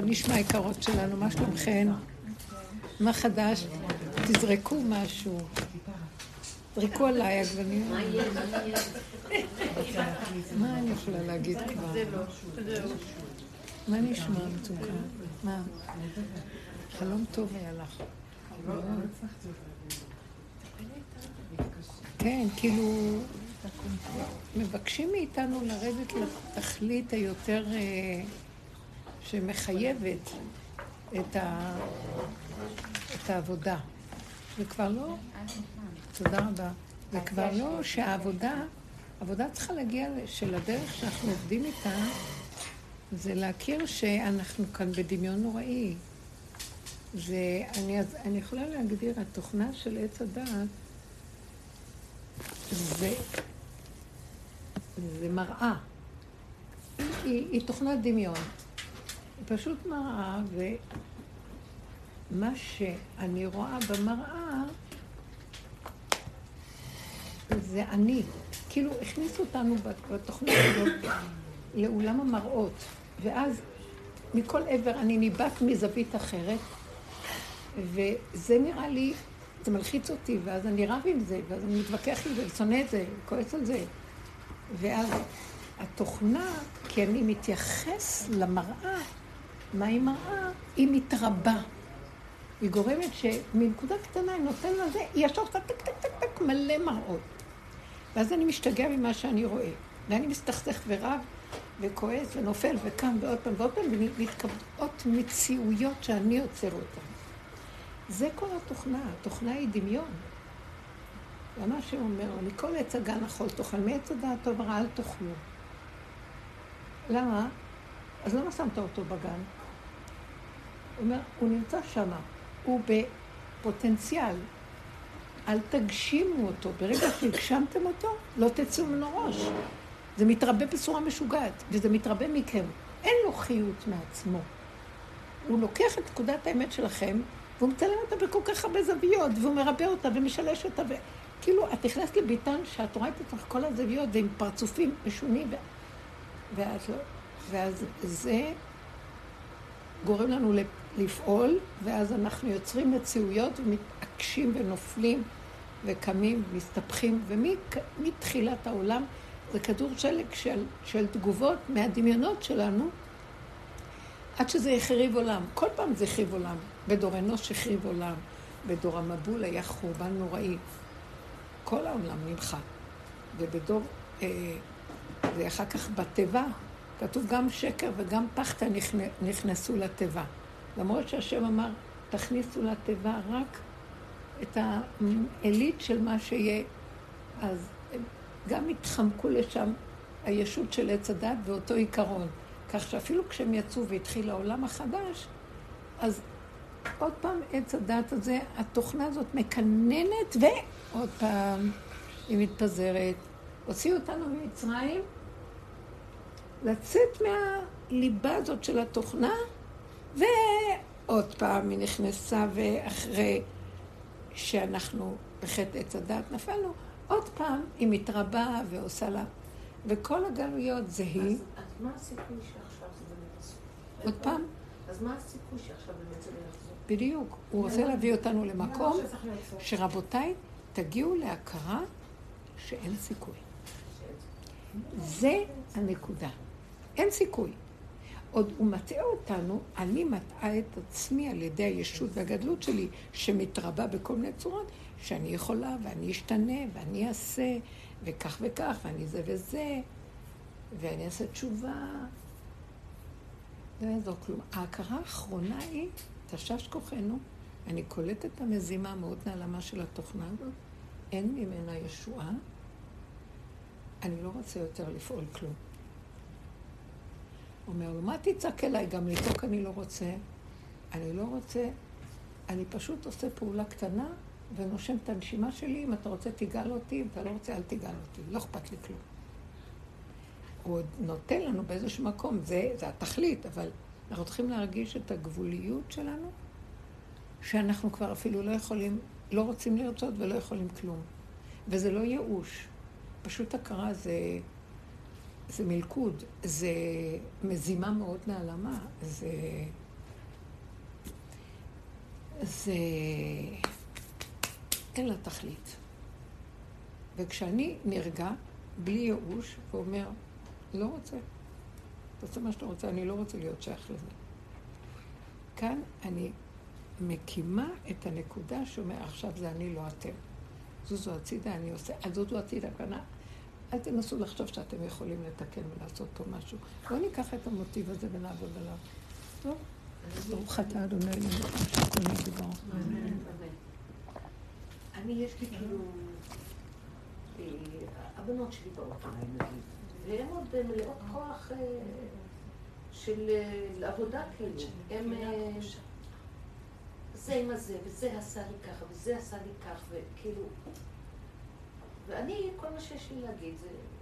נשמע יקרות שלנו? מה שלומכן? מה חדש? תזרקו משהו. זרקו עליי עגבניות. מה אני יכולה להגיד כבר? מה נשמע מתוקה? מה? חלום טוב היה לך. כן, כאילו מבקשים מאיתנו לרדת לתכלית היותר שמחייבת את העבודה. וכבר לא, תודה רבה, וכבר לא שהעבודה צריכה להגיע של הדרך שאנחנו עובדים איתה, זה להכיר שאנחנו כאן בדמיון נוראי. אני יכולה להגדיר, התוכנה של עץ הדעת, זה מראה. היא תוכנת דמיון. היא פשוט מראה, ומה שאני רואה במראה, זה אני. כאילו, הכניסו אותנו בתוכנית הזאת לאולם המראות, ואז מכל עבר אני ניבט מזווית אחרת, וזה נראה לי, זה מלחיץ אותי, ואז אני רב עם זה, ואז אני מתווכח עם זה, ושונא את זה, כועס על זה. ואז התוכנה, כי אני מתייחס למראה, מה היא מראה? היא מתרבה. היא גורמת שמנקודה קטנה היא נותן לזה, היא ישר טק טק טק טק טק מלא מראות. ואז אני משתגע ממה שאני רואה. ואני מסתכסך ורב וכועס ונופל וקם ועוד פעם ועוד פעם, ומתקבעות מציאויות שאני יוצר אותן. זה כל התוכנה. התוכנה היא דמיון. ומה שאומר, מכל עץ הגן אכול תאכל, מעץ הדעת טוב ורע אל תאכלו. למה? אז למה שמת אותו בגן? הוא אומר, הוא נמצא שם, הוא בפוטנציאל. אל תגשימו אותו. ברגע שהגשמתם אותו, לא תצאו ממנו ראש. זה מתרבה בצורה משוגעת, וזה מתרבה מכם. אין לו חיות מעצמו. הוא לוקח את נקודת האמת שלכם, והוא מצלם אותה בכל כך הרבה זוויות, והוא מרבה אותה ומשלש אותה, כאילו, את נכנסת לביתן שאת רואה את כל הזוויות, ועם פרצופים משונים, ואז זה גורם לנו לפעול, ואז אנחנו יוצרים מציאויות, ומתעקשים ונופלים, וקמים, מסתבכים, ומתחילת העולם, זה כדור שלג של תגובות מהדמיונות שלנו, עד שזה יחריב עולם. כל פעם זה יחריב עולם. בדור אנוש יחריב עולם. בדור המבול היה חורבן נוראי. כל העולם נמחק. ובדור, ואחר כך בטבע, כתוב גם שקר וגם פחתה נכנסו לטבע. למרות שהשם אמר, תכניסו לטבע רק את האליט של מה שיהיה. אז גם התחמקו לשם הישות של עץ הדת ואותו עיקרון. כך שאפילו כשהם יצאו והתחיל העולם החדש, אז עוד פעם עץ הדת הזה, התוכנה הזאת מקננת, ועוד פעם היא מתפזרת. הוציאו אותנו ממצרים, לצאת מהליבה הזאת של התוכנה, ועוד פעם היא נכנסה, ואחרי שאנחנו בחטא עץ הדת נפלנו, עוד פעם היא מתרבה ועושה לה, וכל הגלויות זה היא. אז מה הסיכוי שעכשיו זה באמת עשו? עוד פעם? אז מה הסיכוי שעכשיו באמת זה יחזור? בדיוק. הוא רוצה להביא אותנו למקום שרבותיי, תגיעו להכרה שאין סיכוי. זה הנקודה. אין סיכוי. עוד הוא מטעה אותנו, אני מטעה את עצמי על ידי הישות והגדלות שלי, שמתרבה בכל מיני צורות, שאני יכולה ואני אשתנה ואני אעשה וכך וכך ואני זה וזה, ואני אעשה תשובה. לא יעזור כלום. ההכרה האחרונה היא, תשש כוחנו, אני קולטת את המזימה המאוד נעלמה של התוכנה הזאת, אין ממנה ישועה, אני לא רוצה יותר לפעול כלום. אומר לו, מה תצעק אליי? גם לצעוק אני לא רוצה. אני לא רוצה, אני פשוט עושה פעולה קטנה ונושם את הנשימה שלי, אם אתה רוצה תיגל אותי, אם אתה לא רוצה אל תיגל אותי, לא אכפת לי כלום. הוא עוד נותן לנו באיזשהו מקום, זה התכלית, אבל אנחנו צריכים להרגיש את הגבוליות שלנו, שאנחנו כבר אפילו לא יכולים, לא רוצים לרצות ולא יכולים כלום. וזה לא ייאוש. פשוט הכרה זה מלכוד, זה מזימה מאוד נעלמה, זה זה אין לה תכלית. וכשאני נרגע, בלי ייאוש, ואומר, לא רוצה. תעשה מה שאתה רוצה, אני לא רוצה להיות שייך לזה. כאן אני מקימה את הנקודה שאומר, עכשיו זה אני, לא אתם. זוזו הצידה, אני עושה, אז זוזו הצידה, אל תנסו לחשוב שאתם יכולים לתקן ולעשות פה משהו. בואו ניקח את המוטיב הזה ונעבוד עליו. טוב? ברוך אתה אדוני אלוהינו שכוני דיבור. אני, יש לי כאילו, הבנות שלי באות עליי נגיד, והן עוד מלאות כוח של עבודה כאילו. הם זה עם הזה, וזה עשה לי ככה, וזה עשה לי כך, וכאילו... ואני, כל מה שיש לי להגיד,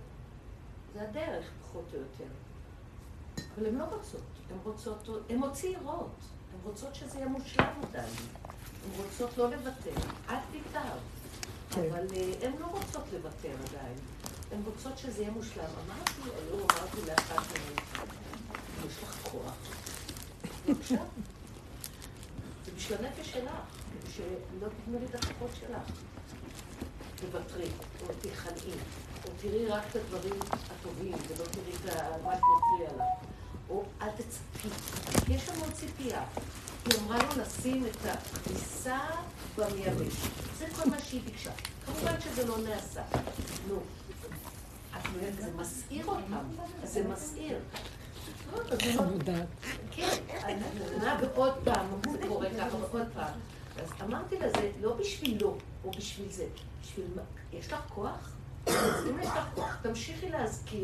זה הדרך, פחות או יותר. אבל הן לא רוצות, הן עוד צעירות, הן רוצות שזה יהיה מושלם עדיין. הן רוצות לא לוותר, אל תיתר. אבל הן לא רוצות לוותר עדיין. הן רוצות שזה יהיה מושלם. אמרתי לאחת מהן, יש לך כוח. בבקשה. זה בשביל הנפש שלך, כדי שלא תתמרי את הכוחות שלך. תוותרי, או תיכנעי, או תראי רק את הדברים הטובים, ולא תראי את מה שמפריע לך. או אל תצפי. כי יש לנו ציפייה. היא אמרה לו לשים את הכביסה במייבש. זה כל מה שהיא ביקשה. כמובן שזה לא נעשה. נו. זה מסעיר אותם. זה מסעיר. חמודת. כן. ועוד פעם, זה קורה ככה, ועוד פעם. אז אמרתי לה, זה לא בשבילו, או בשביל זה. בשביל מה? יש לך כוח? אז אם יש לך כוח, תמשיכי להזכיר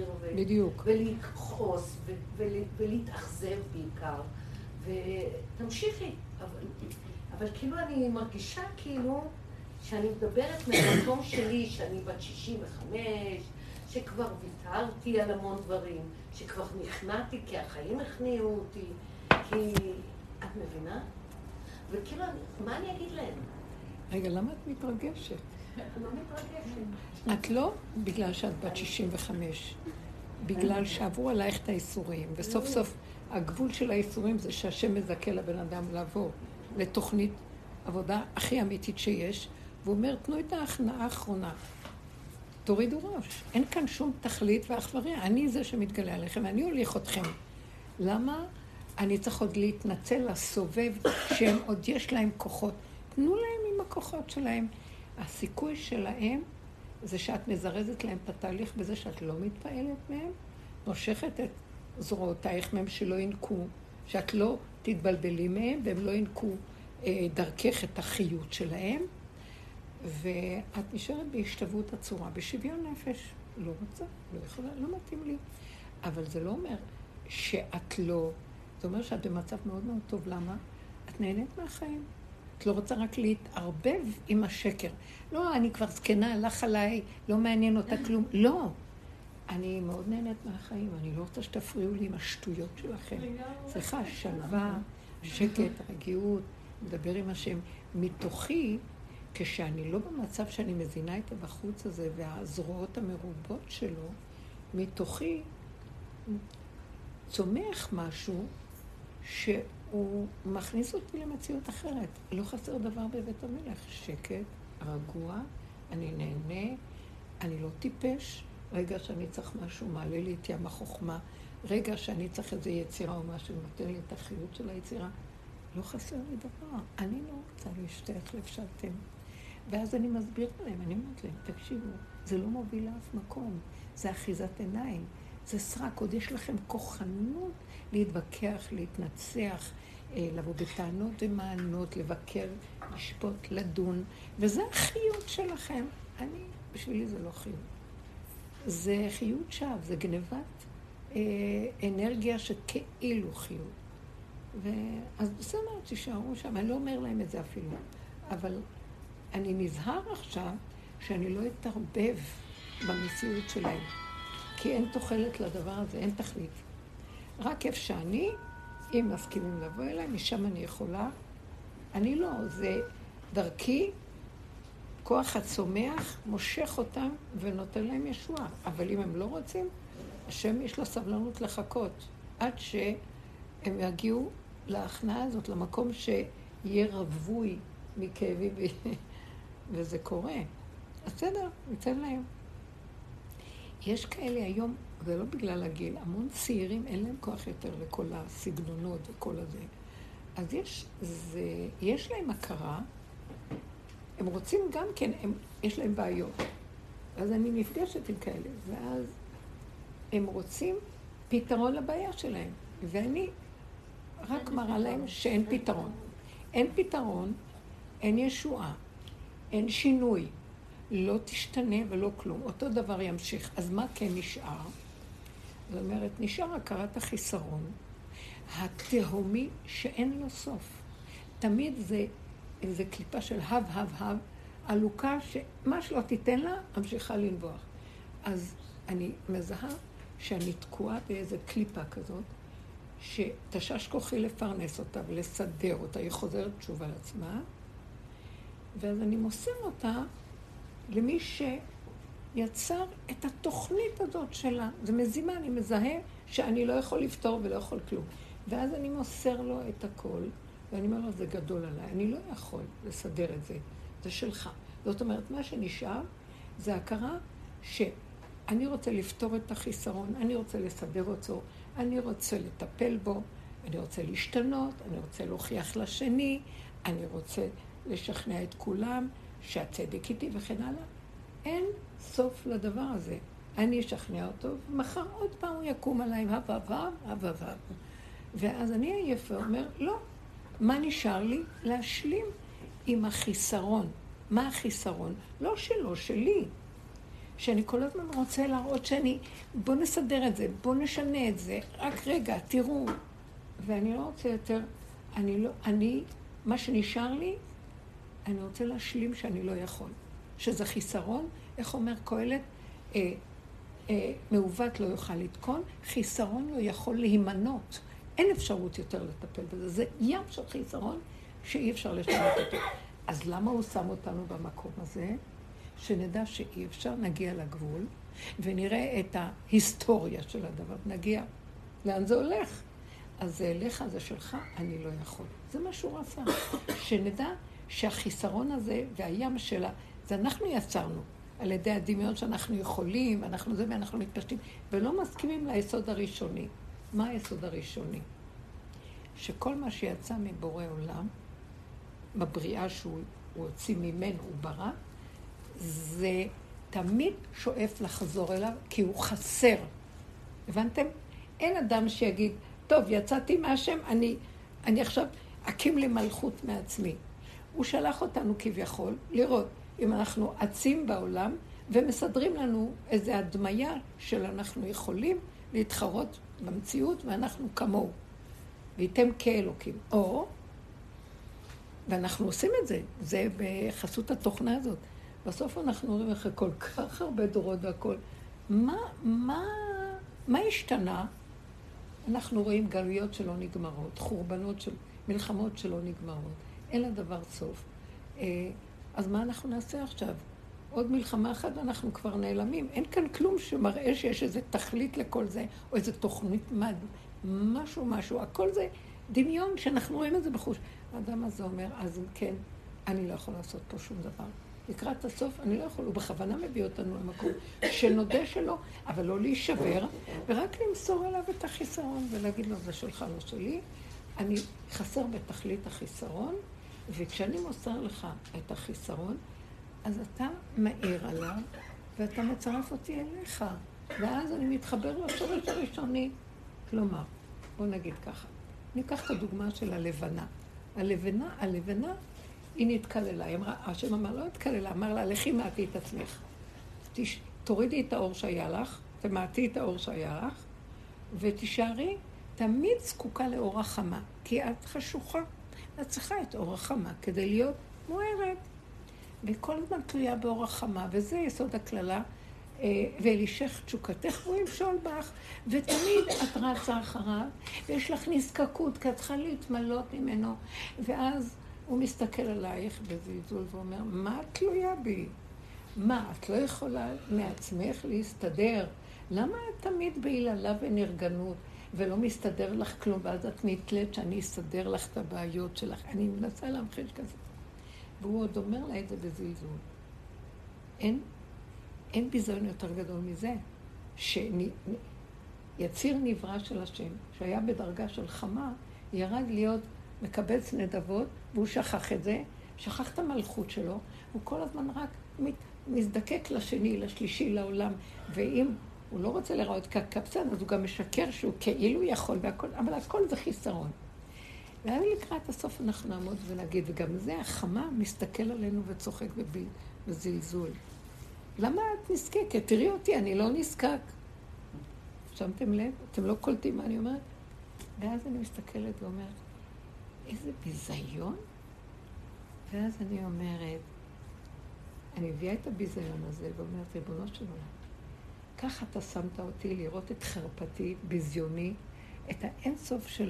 ולכעוס ולהתאכזב בעיקר, ותמשיכי. אבל כאילו אני מרגישה כאילו שאני מדברת מהמקום שלי, שאני בת 65, שכבר ויתרתי על המון דברים, שכבר נכנעתי כי החיים הכניעו אותי, כי... את מבינה? וכאילו, מה אני אגיד להם? רגע, למה את מתרגשת? אני לא מתרגשת. את לא בגלל שאת בת 65, בגלל שעברו עלייך את האיסורים, וסוף סוף הגבול של האיסורים זה שהשם מזכה לבן אדם לעבור לתוכנית עבודה הכי אמיתית שיש, והוא אומר, תנו את ההכנעה האחרונה, תורידו ראש, אין כאן שום תכלית ואחבריה, אני זה שמתגלה עליכם, אני הוליך אתכם. למה אני צריך עוד להתנצל לסובב שהם עוד יש להם כוחות? תנו להם עם הכוחות שלהם. הסיכוי שלהם זה שאת מזרזת להם את התהליך בזה שאת לא מתפעלת מהם, מושכת את זרועותייך מהם שלא ינקו, שאת לא תתבלבלי מהם והם לא ינקו דרכך את החיות שלהם, ואת נשארת בהשתוות הצורה, בשוויון נפש. לא רוצה, לא יכולה, לא מתאים לי. אבל זה לא אומר שאת לא, זה אומר שאת במצב מאוד מאוד טוב. למה? את נהנית מהחיים. את לא רוצה רק להתערבב עם השקר. לא, אני כבר זקנה, הלך עליי, לא מעניין אותה כלום. לא. אני מאוד נהנית מהחיים, אני לא רוצה שתפריעו לי עם השטויות שלכם. סליחה, שלווה, שקט, רגיעות, מדבר עם השם. מתוכי, כשאני לא במצב שאני מזינה את הבחוץ הזה והזרועות המרובות שלו, מתוכי צומח משהו שהוא מכניס אותי למציאות אחרת. לא חסר דבר בבית המלך. שקט, רגוע, אני נהנה, אני לא טיפש. רגע שאני צריך משהו, מעלה לי את ים החוכמה. רגע שאני צריך איזו יצירה או משהו, נותן לי את החיות של היצירה. לא חסר לי דבר. אני לא רוצה להשתייך לפשטתם. ואז אני מסביר להם, אני אומרת להם, תקשיבו, זה לא מוביל לאף מקום. זה אחיזת עיניים. זה סרק, עוד יש לכם כוחנות להתווכח, להתנצח, לבוא בטענות ומענות, לבקר, לשפוט, לדון, וזה החיות שלכם. בשבילי זה לא חיות. זה חיות שווא, זה גנבת אנרגיה שכאילו חיות. אז בסדר, תישארו שם, אני לא אומר להם את זה אפילו, אבל אני נזהר עכשיו שאני לא אתערבב במציאות שלהם. כי אין תוחלת לדבר הזה, אין תכלית. רק איפה שאני, אם מסכימים לבוא אליי, משם אני יכולה. אני לא, זה דרכי, כוח הצומח, מושך אותם ונותן להם ישועה. אבל אם הם לא רוצים, השם יש לו סבלנות לחכות, עד שהם יגיעו להכנעה הזאת, למקום יהיה רווי מכאבי, וזה קורה. אז בסדר, ניתן להם. יש כאלה היום, זה לא בגלל הגיל, המון צעירים אין להם כוח יותר לכל הסגנונות וכל הזה. אז יש להם הכרה, הם רוצים גם כן, יש להם בעיות. אז אני נפגשת עם כאלה, ואז הם רוצים פתרון לבעיה שלהם. ואני רק מראה להם שאין פתרון. אין פתרון, אין ישועה, אין שינוי. לא תשתנה ולא כלום. אותו דבר ימשיך. אז מה כן נשאר? זאת אומרת, נשאר הכרת החיסרון, התהומי שאין לו סוף. תמיד זה קליפה של הב, עלוקה שמה שלא תיתן לה, המשיכה לנבוח. אז אני מזהה שאני תקועה באיזה קליפה כזאת, שתשש כוחי לפרנס אותה ולסדר אותה, היא חוזרת שוב על עצמה, ואז אני מוסר אותה למי שיצר את התוכנית הזאת שלה. זה מזימה, אני מזהה שאני לא יכול לפתור ולא יכול כלום. ואז אני מוסר לו את הכל, ואני אומר לו, זה גדול עליי, אני לא יכול לסדר את זה, זה שלך. זאת אומרת, מה שנשאר זה הכרה שאני רוצה לפתור את החיסרון, אני רוצה לסדר אותו, אני רוצה לטפל בו, אני רוצה להשתנות, אני רוצה להוכיח לשני, אני רוצה לשכנע את כולם שהצדק איתי וכן הלאה. אין סוף לדבר הזה. אני אשכנע אותו, ומחר עוד פעם הוא יקום עליי, הב. ואז אני עייף ואומר, לא, מה נשאר לי? להשלים עם החיסרון. מה החיסרון? לא שלו, שלי. שאני כל הזמן רוצה להראות בוא נסדר את זה, בוא נשנה את זה, רק רגע, תראו. ואני לא רוצה יותר, מה שנשאר לי, אני רוצה להשלים שאני לא יכול. שזה חיסרון, איך אומר קהלת, מעוות לא יוכל לתקון, חיסרון לא יכול להימנות. אין אפשרות יותר לטפל בזה. זה ים של חיסרון שאי אפשר לשנות אותו. אז למה הוא שם אותנו במקום הזה? שנדע שאי אפשר, נגיע לגבול, ונראה את ההיסטוריה של הדבר. נגיע לאן זה הולך. אז זה אליך, זה שלך, אני לא יכול. זה מה שהוא רצה. שנדע שהחיסרון הזה והים שלה, זה אנחנו יצרנו. על ידי הדמיון שאנחנו יכולים, אנחנו זה ואנחנו מתפשטים, ולא מסכימים ליסוד הראשוני. מה היסוד הראשוני? שכל מה שיצא מבורא עולם, בבריאה שהוא הוציא ממנו, הוא ברא, זה תמיד שואף לחזור אליו, כי הוא חסר. הבנתם? אין אדם שיגיד, טוב, יצאתי מהשם, אני עכשיו אקים לי מלכות מעצמי. הוא שלח אותנו כביכול לראות אם אנחנו עצים בעולם, ומסדרים לנו איזו הדמיה של אנחנו יכולים להתחרות במציאות, ואנחנו כמוהו. וייתם כאלוקים. ואנחנו עושים את זה, זה בחסות התוכנה הזאת. בסוף אנחנו רואים אחרי כל כך הרבה דורות והכל. מה השתנה? אנחנו רואים גלויות שלא נגמרות, חורבנות של מלחמות שלא נגמרות. אין לדבר סוף. אז מה אנחנו נעשה עכשיו? עוד מלחמה אחת ואנחנו כבר נעלמים. אין כאן כלום שמראה שיש איזו תכלית לכל זה, או איזו תוכנית משהו. הכל זה דמיון שאנחנו רואים את זה בחוש. האדם הזה אומר, אז אם כן, אני לא יכול לעשות פה שום דבר. לקראת הסוף, אני לא יכול, הוא בכוונה מביא אותנו למקום שנודה שלו, אבל לא להישבר, ורק למסור אליו את החיסרון, ולהגיד לו, זה שלך, לא שלי. אני חסר בתכלית החיסרון, וכשאני מוסר לך את החיסרון, אז אתה מאיר עליו, ואתה מצרף אותי אליך. ואז אני מתחבר לשורש הראשוני. כלומר, בוא נגיד ככה. ניקח את הדוגמה של הלבנה. הלבנה, היא נתקללה. השם אמר, לא נתקללה, אמר לה, לכי מעטי את עצמך. תורידי את האור שהיה לך, תמעטי את האור שהיה לך, ותישארי תמיד זקוקה לאור החמה, כי את חשוכה. את צריכה את אור החמה כדי להיות מוארת. וכל הזמן תלויה באור החמה, וזה יסוד הכללה, ואלישך תשוקתך הוא ימשול בך, ותמיד את רצה אחריו, ויש לך נזקקות, כי את צריכה להתמלות ממנו, ואז הוא מסתכל עלייך בזלזול ואומר, מה את תלויה בי? מה, את לא יכולה מעצמך להסתדר? למה את תמיד בהיללה ונרגנות? ולא מסתדר לך כלום, ואז את נתלת שאני אסתדר לך את הבעיות שלך. אני מנסה להמחיש כזה. והוא עוד אומר לה את זה בזלזול. אין ביזיון יותר גדול מזה, שיציר נברא של השם, שהיה בדרגה של חמה, ירד להיות מקבץ נדבות, והוא שכח את זה, שכח את המלכות שלו, הוא כל הזמן רק מזדקק לשני, לשלישי, לעולם, ואם הוא לא רוצה לראות כקפסן, אז הוא גם משקר שהוא כאילו יכול, אבל הכל זה חיסרון. ואז לקראת הסוף אנחנו נעמוד ונגיד, וגם זה החמה מסתכל עלינו וצוחק בזלזול. למה את נזקקת? תראי אותי, אני לא נזקק. שמתם לב? אתם לא קולטים מה אני אומרת? ואז אני מסתכלת ואומרת, איזה ביזיון? ואז אני אומרת, אני מביאה את הביזיון הזה ואומרת, ריבונו של עולם, ככה אתה שמת אותי לראות את חרפתי, ביזיוני, את האינסוף של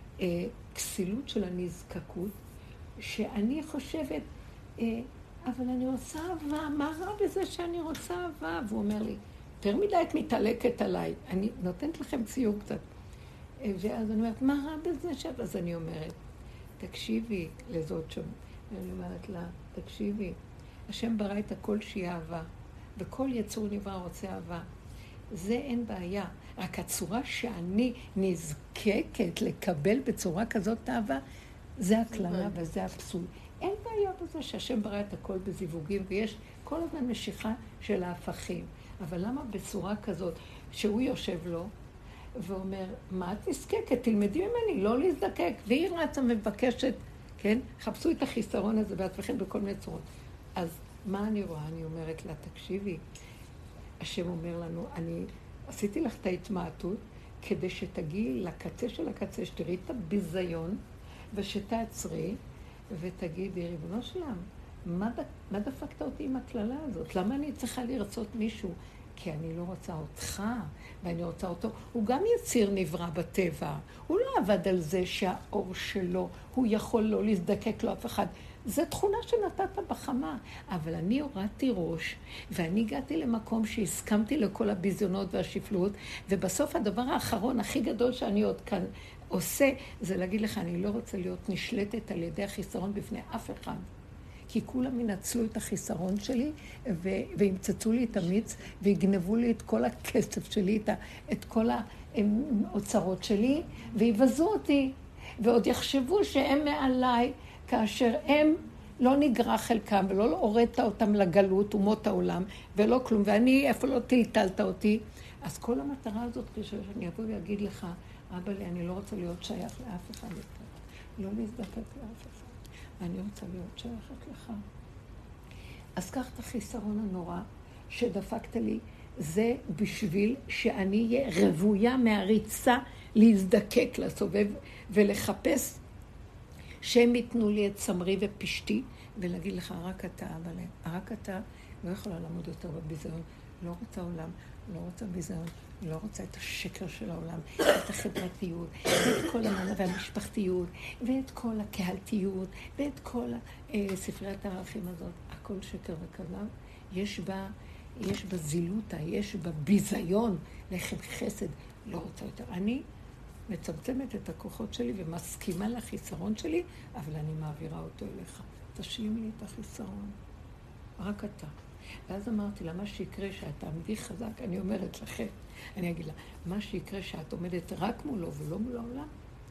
הכסילות של הנזקקות, שאני חושבת, אבל אני רוצה אהבה, מה רע בזה שאני רוצה אהבה? והוא אומר לי, יותר מדי את מתעלקת עליי, אני נותנת לכם ציור קצת. ואז אני אומרת, מה רע בזה שאת? אז אני אומרת, תקשיבי לזאת שם. אני אומרת לה, תקשיבי, השם ברא את הכל שהיא אהבה, וכל יצור נברא רוצה אהבה. זה אין בעיה. רק הצורה שאני נזקקת לקבל בצורה כזאת אהבה, זה הכללה וזה הפסול. אין בעיה בזה שהשם ברא את הכל בזיווגים, ויש כל הזמן משיכה של ההפכים. אבל למה בצורה כזאת שהוא יושב לו ואומר, מה את נזקקת? תלמדי ממני, לא להזדקק. והיא רצה מבקשת, כן? חפשו את החיסרון הזה בעצמכם בכל מיני צורות. אז מה אני רואה? אני אומרת לה, תקשיבי, השם אומר לנו, אני עשיתי לך את ההתמעטות כדי שתגיעי לקצה של הקצה, שתראי את הביזיון ושתעצרי ותגידי, ריבונו שלם, מה דפקת אותי עם הכללה הזאת? למה אני צריכה לרצות מישהו? כי אני לא רוצה אותך, ואני רוצה אותו. הוא גם יציר נברא בטבע. הוא לא עבד על זה שהאור שלו, הוא יכול לא להזדקק לו אף אחד. זו תכונה שנתת בחמה. אבל אני הורדתי ראש, ואני הגעתי למקום שהסכמתי לכל הביזיונות והשפלות, ובסוף הדבר האחרון, הכי גדול שאני עוד כאן עושה, זה להגיד לך, אני לא רוצה להיות נשלטת על ידי החיסרון בפני אף אחד. כי כולם ינצלו את החיסרון שלי, וימצצו לי את המיץ, ויגנבו לי את כל הכסף שלי, את כל האוצרות שלי, ויבזו אותי, ועוד יחשבו שהם מעליי, כאשר הם לא נגרע חלקם, ולא הורדת אותם לגלות, אומות העולם, ולא כלום, ואני איפה לא טלטלת אותי. אז כל המטרה הזאת, כשאני אבוא ואגיד לך, אבא לי, אני לא רוצה להיות שייך לאף אחד יותר, לא להזדקק לאף אחד. אני רוצה להיות שייכת לך. אז קח את החיסרון הנורא שדפקת לי, זה בשביל שאני אהיה רבויה מהריצה להזדקק, לסובב ולחפש שהם ייתנו לי את צמרי ופשתי, ולהגיד לך, רק אתה, אבל רק אתה לא יכולה לעמוד יותר בביזיון, לא רוצה עולם, לא רוצה ביזיון, לא רוצה את השקר של העולם, את החברתיות, ואת כל המנה והמשפחתיות, ואת כל הקהלתיות, ואת כל ספריית הערכים הזאת. הכל שקר וכזב. יש בה זילותה, יש בה ביזיון, לחם חסד, לא רוצה יותר. אני מצמצמת את הכוחות שלי ומסכימה לחיסרון שלי, אבל אני מעבירה אותו אליך. תשלים לי את החיסרון. רק אתה. ואז אמרתי לה, מה שיקרה שאת תעמדי חזק, אני אומרת לכם, אני אגיד לה, מה שיקרה שאת עומדת רק מולו ולא מול העולם,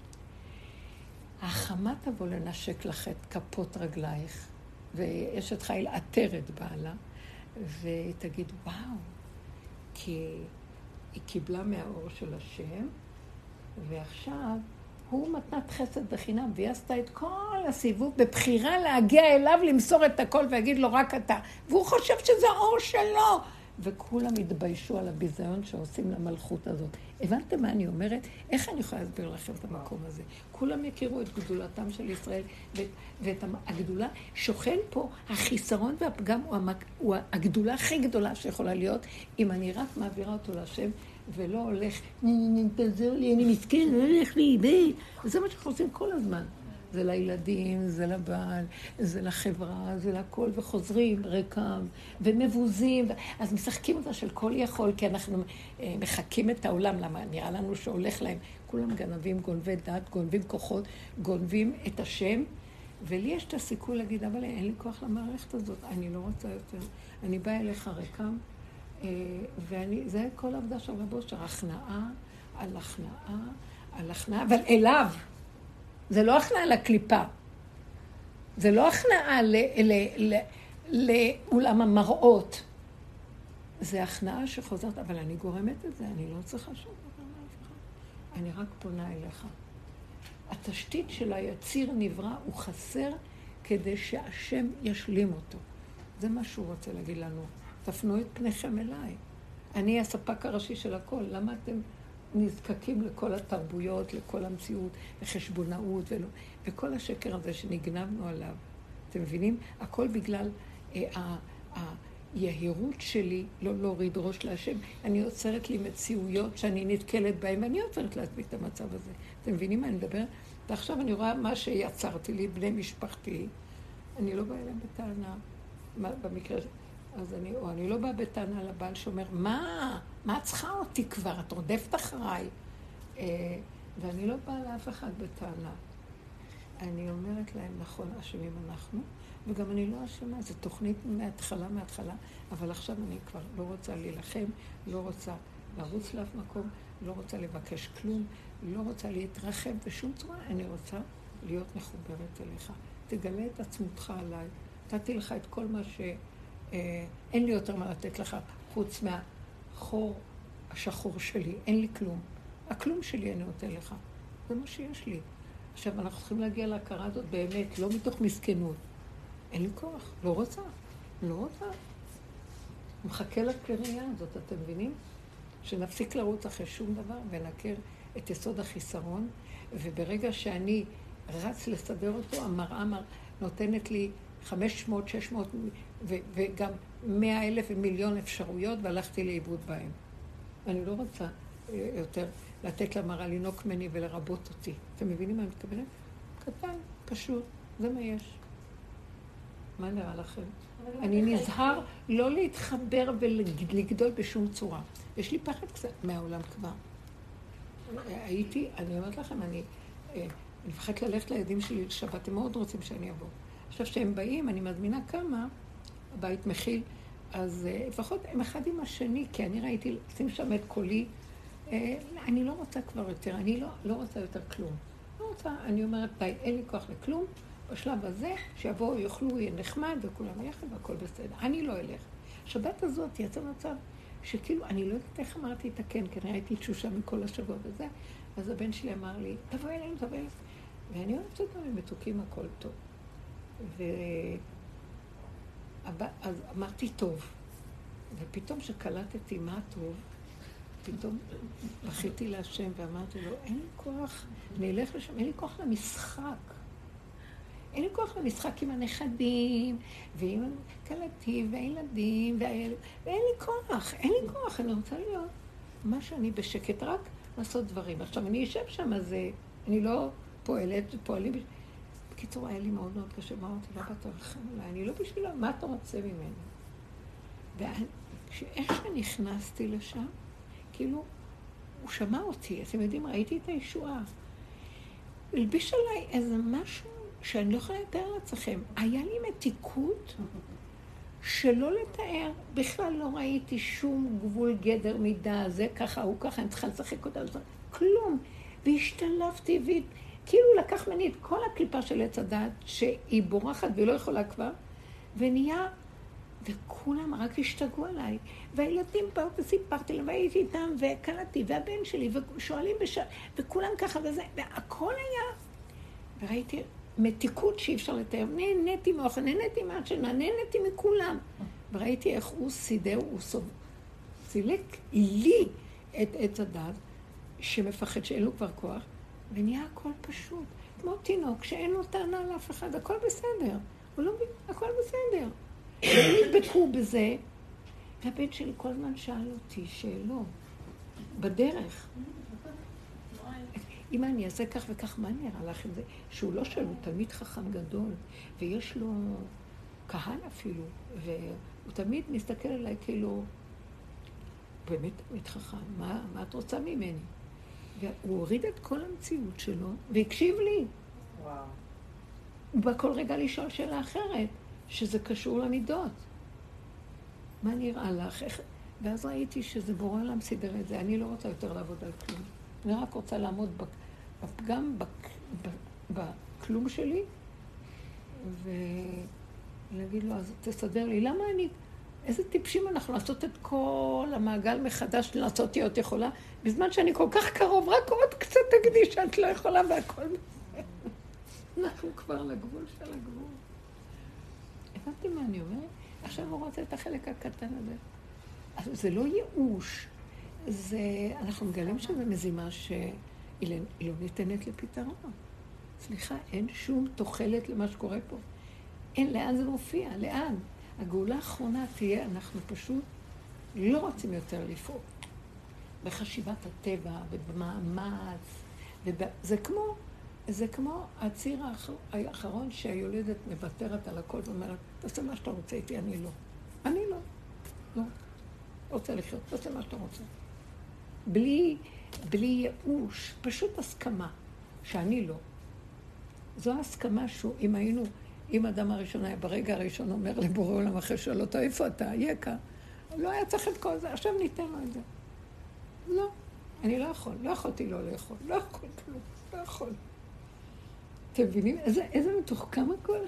החמה תבוא לנשק לך את כפות רגלייך, ואשת חיל עטרת בעלה, והיא תגיד, וואו, כי היא קיבלה מהאור של השם, ועכשיו הוא מתנת חסד בחינם, והיא עשתה את כל הסיבוב בבחירה להגיע אליו, למסור את הכל ויגיד לו רק אתה. והוא חושב שזה האור שלו. וכולם התביישו על הביזיון שעושים למלכות הזאת. הבנתם מה אני אומרת? איך אני יכולה להסביר לכם את המקום הזה? כולם יכירו את גדולתם של ישראל, ואת הגדולה שוכן פה, החיסרון והפגם הוא הגדולה הכי גדולה שיכולה להיות, אם אני רק מעבירה אותו להשם, ולא הולך, תעזור לי, אני מסכן, לא הולך לאיבד. וזה מה שאנחנו עושים כל הזמן. זה לילדים, זה לבעל, זה לחברה, זה לכל, וחוזרים ריקם, ומבוזים, אז משחקים אותה של כל יכול, כי אנחנו מחקים את העולם, למה נראה לנו שהולך להם, כולם גנבים, גונבי דת, גונבים כוחות, גונבים את השם, ולי יש את הסיכוי להגיד, אבל אין לי כוח למערכת הזאת, אני לא רוצה יותר, אני באה אליך ריקם, זה כל העבודה של רבו, הכנעה על הכנעה, על הכנעה, אבל אליו. זה לא הכנעה לקליפה. זה לא הכנעה לאולם המראות. זה הכנעה שחוזרת, אבל אני גורמת את זה, אני לא צריכה שום דבר מאף אחד. אני רק פונה אליך. התשתית של היציר נברא הוא חסר כדי שהשם ישלים אותו. זה מה שהוא רוצה להגיד לנו. תפנו את פניכם אליי. אני הספק הראשי של הכל. למה אתם נזקקים לכל התרבויות, לכל המציאות, לחשבונאות וכל השקר הזה שנגנבנו עליו? אתם מבינים? הכל בגלל היהירות שלי לא להוריד ראש להשם. אני יוצרת לי מציאויות שאני נתקלת בהן, ואני יוצרת להספיק את המצב הזה. אתם מבינים מה אני מדבר? ועכשיו אני רואה מה שיצרתי לי, בני משפחתי. אני לא באה אליהם בטענה, במקרה הזה. אז אני לא באה בטענה לבעל שאומר, מה את צריכה אותי כבר? את רודפת אחריי. ואני לא באה לאף אחד בטענה. אני אומרת להם, נכון, אשמים אנחנו, וגם אני לא אשמה, זו תוכנית מההתחלה, אבל עכשיו אני כבר לא רוצה להילחם, לא רוצה לרוץ לאף מקום, לא רוצה לבקש כלום, לא רוצה להתרחב בשום צורה, אני רוצה להיות מחוברת אליך. תגלה את עצמותך עליי, נתתי לך את כל מה אין לי יותר מה לתת לך, חוץ מהחור השחור שלי, אין לי כלום. הכלום שלי אני נותן לך, זה מה שיש לי. עכשיו אנחנו צריכים להגיע להכרה הזאת באמת, לא מתוך מסכנות. אין לי כוח, לא רוצה. מחכה לקריאה הזאת, אתם מבינים? שנפסיק לרוץ אחרי שום דבר ונכיר את יסוד החיסרון, וברגע שאני רץ לסדר אותו, המראה נותנת לי 500, 600 וגם 100,000 ומיליון אפשרויות, והלכתי לאיבוד בהם. אני לא רוצה יותר לתת למראה לנוק מני ולרבות אותי. אתם מבינים מה אני מתכוונת? קטן, פשוט, זה מה יש. מה נראה לכם? אני נזהר לא להתחבר ולגדול בשום צורה. יש לי פחד קצת מהעולם כבר. אני אומרת לכם, אני מפחדת ללכת לילדים שלי לשבת, הם מאוד רוצים שאני אבוא. עכשיו שהם באים, אני מזמינה כמה, הבית מכיל, אז לפחות הם אחד עם השני, כי אני ראיתי, שים שם את קולי, אני לא רוצה כבר יותר, אני לא רוצה יותר כלום. לא רוצה, אני אומרת, די, אין לי כוח לכלום, בשלב הזה, שיבואו, יאכלו, יהיה נחמד, וכולם יחד, והכל בסדר. אני לא אלך. השבת הזאת יצא מצב שכאילו, אני לא יודעת איך אמרתי את הכן, כי ראיתי תשושה מכל השבוע וזה, אז הבן שלי אמר לי, תבואי אליהם. ואני אוהבת אותם, הם מתוקים, הכל טוב. אז אמרתי טוב, ופתאום שקלטתי מה טוב, פתאום בכיתי להשם ואמרתי לו, אין לי כוח, אני אלך לשם, אין לי כוח למשחק. אין לי כוח למשחק עם הנכדים, ועם קלטי, והילדים, ואין לי כוח, אני רוצה להיות מה שאני בשקט, רק לעשות דברים. עכשיו, אני אשב שם, אז אני לא פועלים. בקיצור, היה לי מאוד מאוד קשה, מה אמרתי, לא בתרחם אליי, אני לא בשבילה, מה אתה רוצה ממנו? ואיך שנכנסתי לשם, כאילו, הוא שמע אותי, אתם יודעים, ראיתי את הישועה. הלביש עליי איזה משהו שאני לא יכולה לתאר לעצמכם. היה לי מתיקות שלא לתאר, בכלל לא ראיתי שום גבול גדר מידה, זה ככה, הוא ככה, אני צריכה לשחק אותה, כלום. והשתלבתי, כאילו לקח ממני את כל הקליפה של עץ הדת, שהיא בורחת ולא יכולה כבר, ונהיה, וכולם רק השתגעו עליי. והילדים באו וסיפרתי להם, והייתי איתם, וקלטתי, והבן שלי, ושואלים וכולם ככה וזה, והכל היה. וראיתי מתיקות שאי אפשר לתאר, נהניתי מאוכל, נהניתי מהשינה, נהניתי מכולם. וראיתי איך הוא סידר, סילק לי את עץ הדת, שמפחד שאין לו כבר כוח, ונהיה הכל פשוט, כמו תינוק שאין לו טענה לאף אחד, הכל בסדר, הוא לא מבין, הכל בסדר. והם נדבקו בזה, והבן שלי כל הזמן שאל אותי שאלות, בדרך. אם אני אעשה כך וכך, מה נראה לך עם זה? שהוא לא שלו, תלמיד חכם גדול, ויש לו קהל אפילו, והוא תמיד מסתכל עליי כאילו, באמת תלמיד חכם, מה את רוצה ממני? והוא הוריד את כל המציאות שלו, והקשיב לי. וואו. הוא בא כל רגע לשאול שאלה אחרת, שזה קשור למידות. מה נראה לך? ואז ראיתי שזה בורא עולם סידר את זה. אני לא רוצה יותר לעבוד על כלום. אני רק רוצה לעמוד בפגם, בכלום שלי, ולהגיד לו, אז תסדר לי. למה אני... איזה טיפשים אנחנו לעשות את כל המעגל מחדש, לעשות להיות יכולה, בזמן שאני כל כך קרוב, רק עוד קצת תגידי שאת לא יכולה והכל בסדר. אנחנו כבר לגבול של הגבול. הבנתי מה אני אומרת? עכשיו הוא רוצה את החלק הקטן הזה. אז זה לא ייאוש, אנחנו מגלים שזה מזימה שהיא לא ניתנת לפתרון. סליחה, אין שום תוחלת למה שקורה פה. אין, לאן זה מופיע? לאן? הגאולה האחרונה תהיה, אנחנו פשוט לא רוצים יותר לפעול. בחשיבת הטבע ובמאמץ. זה כמו הציר האחרון שהיולדת מוותרת על הכל ואומרת, תעשה מה שאתה רוצה איתי, אני לא. אני לא. לא. רוצה לחיות, תעשה מה שאתה רוצה. בלי ייאוש, פשוט הסכמה שאני לא. זו ההסכמה שהוא, אם האדם הראשון היה ברגע הראשון אומר לבורא עולם אחרי שאלו אותו, איפה אתה? יקה. לא היה צריך את כל זה, עכשיו ניתן לו את זה. לא, אני לא יכול, לא יכולתי לא לאכול, לא יכול כלום, לא יכול. אתם מבינים? איזה מתוחכם הכל?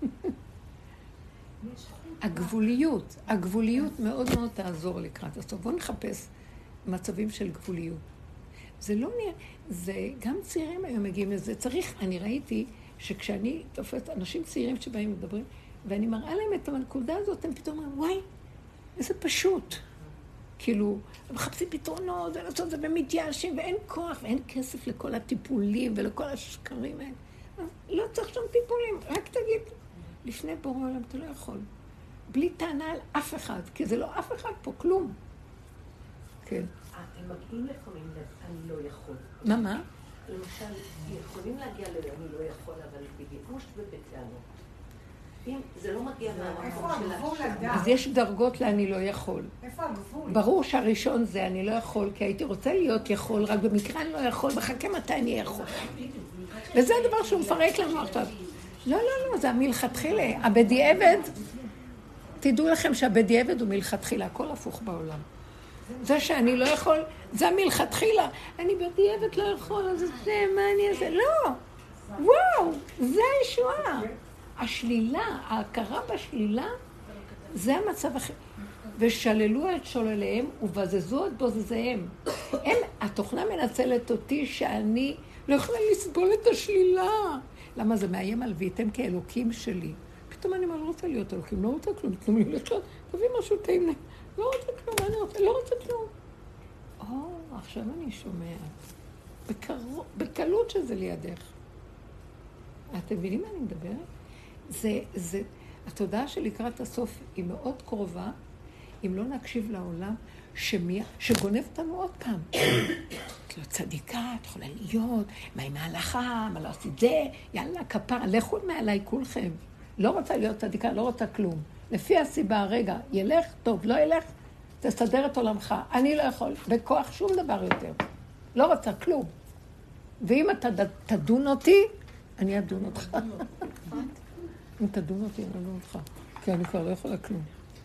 הגבוליות מאוד מאוד תעזור לקראת הסוף. בואו נחפש מצבים של גבוליות. זה לא נראה, זה גם צעירים היום מגיעים לזה. צריך, אני ראיתי שכשאני תופסת אנשים צעירים שבאים מדברים, ואני מראה להם את הנקודה הזאת, הם פתאום אומרים, וואי, איזה פשוט. כאילו, הם מחפשים פתרונות, ולעשות את זה במתייאשים, ואין כוח, ואין כסף לכל הטיפולים ולכל השקרים האלה. לא צריך שם טיפולים, רק תגיד, לפני בורא עולם אתה לא יכול. בלי טענה על אף אחד, כי זה לא אף אחד פה, כלום. כן. הם מגיעים לפעמים, אני לא יכול. מה? למשל, יכולים להגיע אני לא יכול, אבל בייאוש ובטענות. אם זה לא מגיע מהמקום של עכשיו. אז יש דרגות לאני לא יכול. איפה הגבול? ברור שהראשון זה אני לא יכול, כי הייתי רוצה להיות יכול, רק במקרה אני לא יכול, וחכה מתי אני יכול. וזה הדבר שהוא מפרק לנו עכשיו. לא, זה המלכתחילה. הבדיעבד, תדעו לכם שהבדיעבד הוא מלכתחילה, הכל הפוך בעולם. זה שאני לא יכול, זה המלכתחילה. אני בדיעבד לא יכול, אז זה, מה אני אעשה? לא! וואו! זה הישועה. השלילה, ההכרה בשלילה, זה המצב אחר. ושללו את שולליהם ובזזו את בוזזיהם. התוכנה מנצלת אותי שאני לא יכולה לסבול את השלילה. למה זה מאיים על ויתם כאלוקים שלי? פתאום אני לא רוצה להיות אלוקים, לא רוצה כלום, תנו לי לחיות, תביא משהו טעים לי. לא רוצה כלום, מה אני רוצה? לא רוצה כלום. עכשיו אני שומעת. בקלות שזה לידך. אתם מבינים מה אני מדברת? התודעה שלקראת הסוף היא מאוד קרובה, אם לא נקשיב לעולם, שגונב אותנו עוד פעם. את לא צדיקה, את יכולה להיות, מה עם ההלכה, מה לא עשית זה, יאללה, כפרה, לכו מעליי כולכם. לא רוצה להיות צדיקה, לא רוצה כלום. לפי הסיבה, רגע, ילך, טוב, לא ילך, תסדר את עולמך. אני לא יכול, בכוח שום דבר יותר. לא רוצה כלום. ואם אתה תדון אותי, אני אדון אותך. אם תדון אותי, אני אדון אותך. כי אני כבר לא יכולה כלום.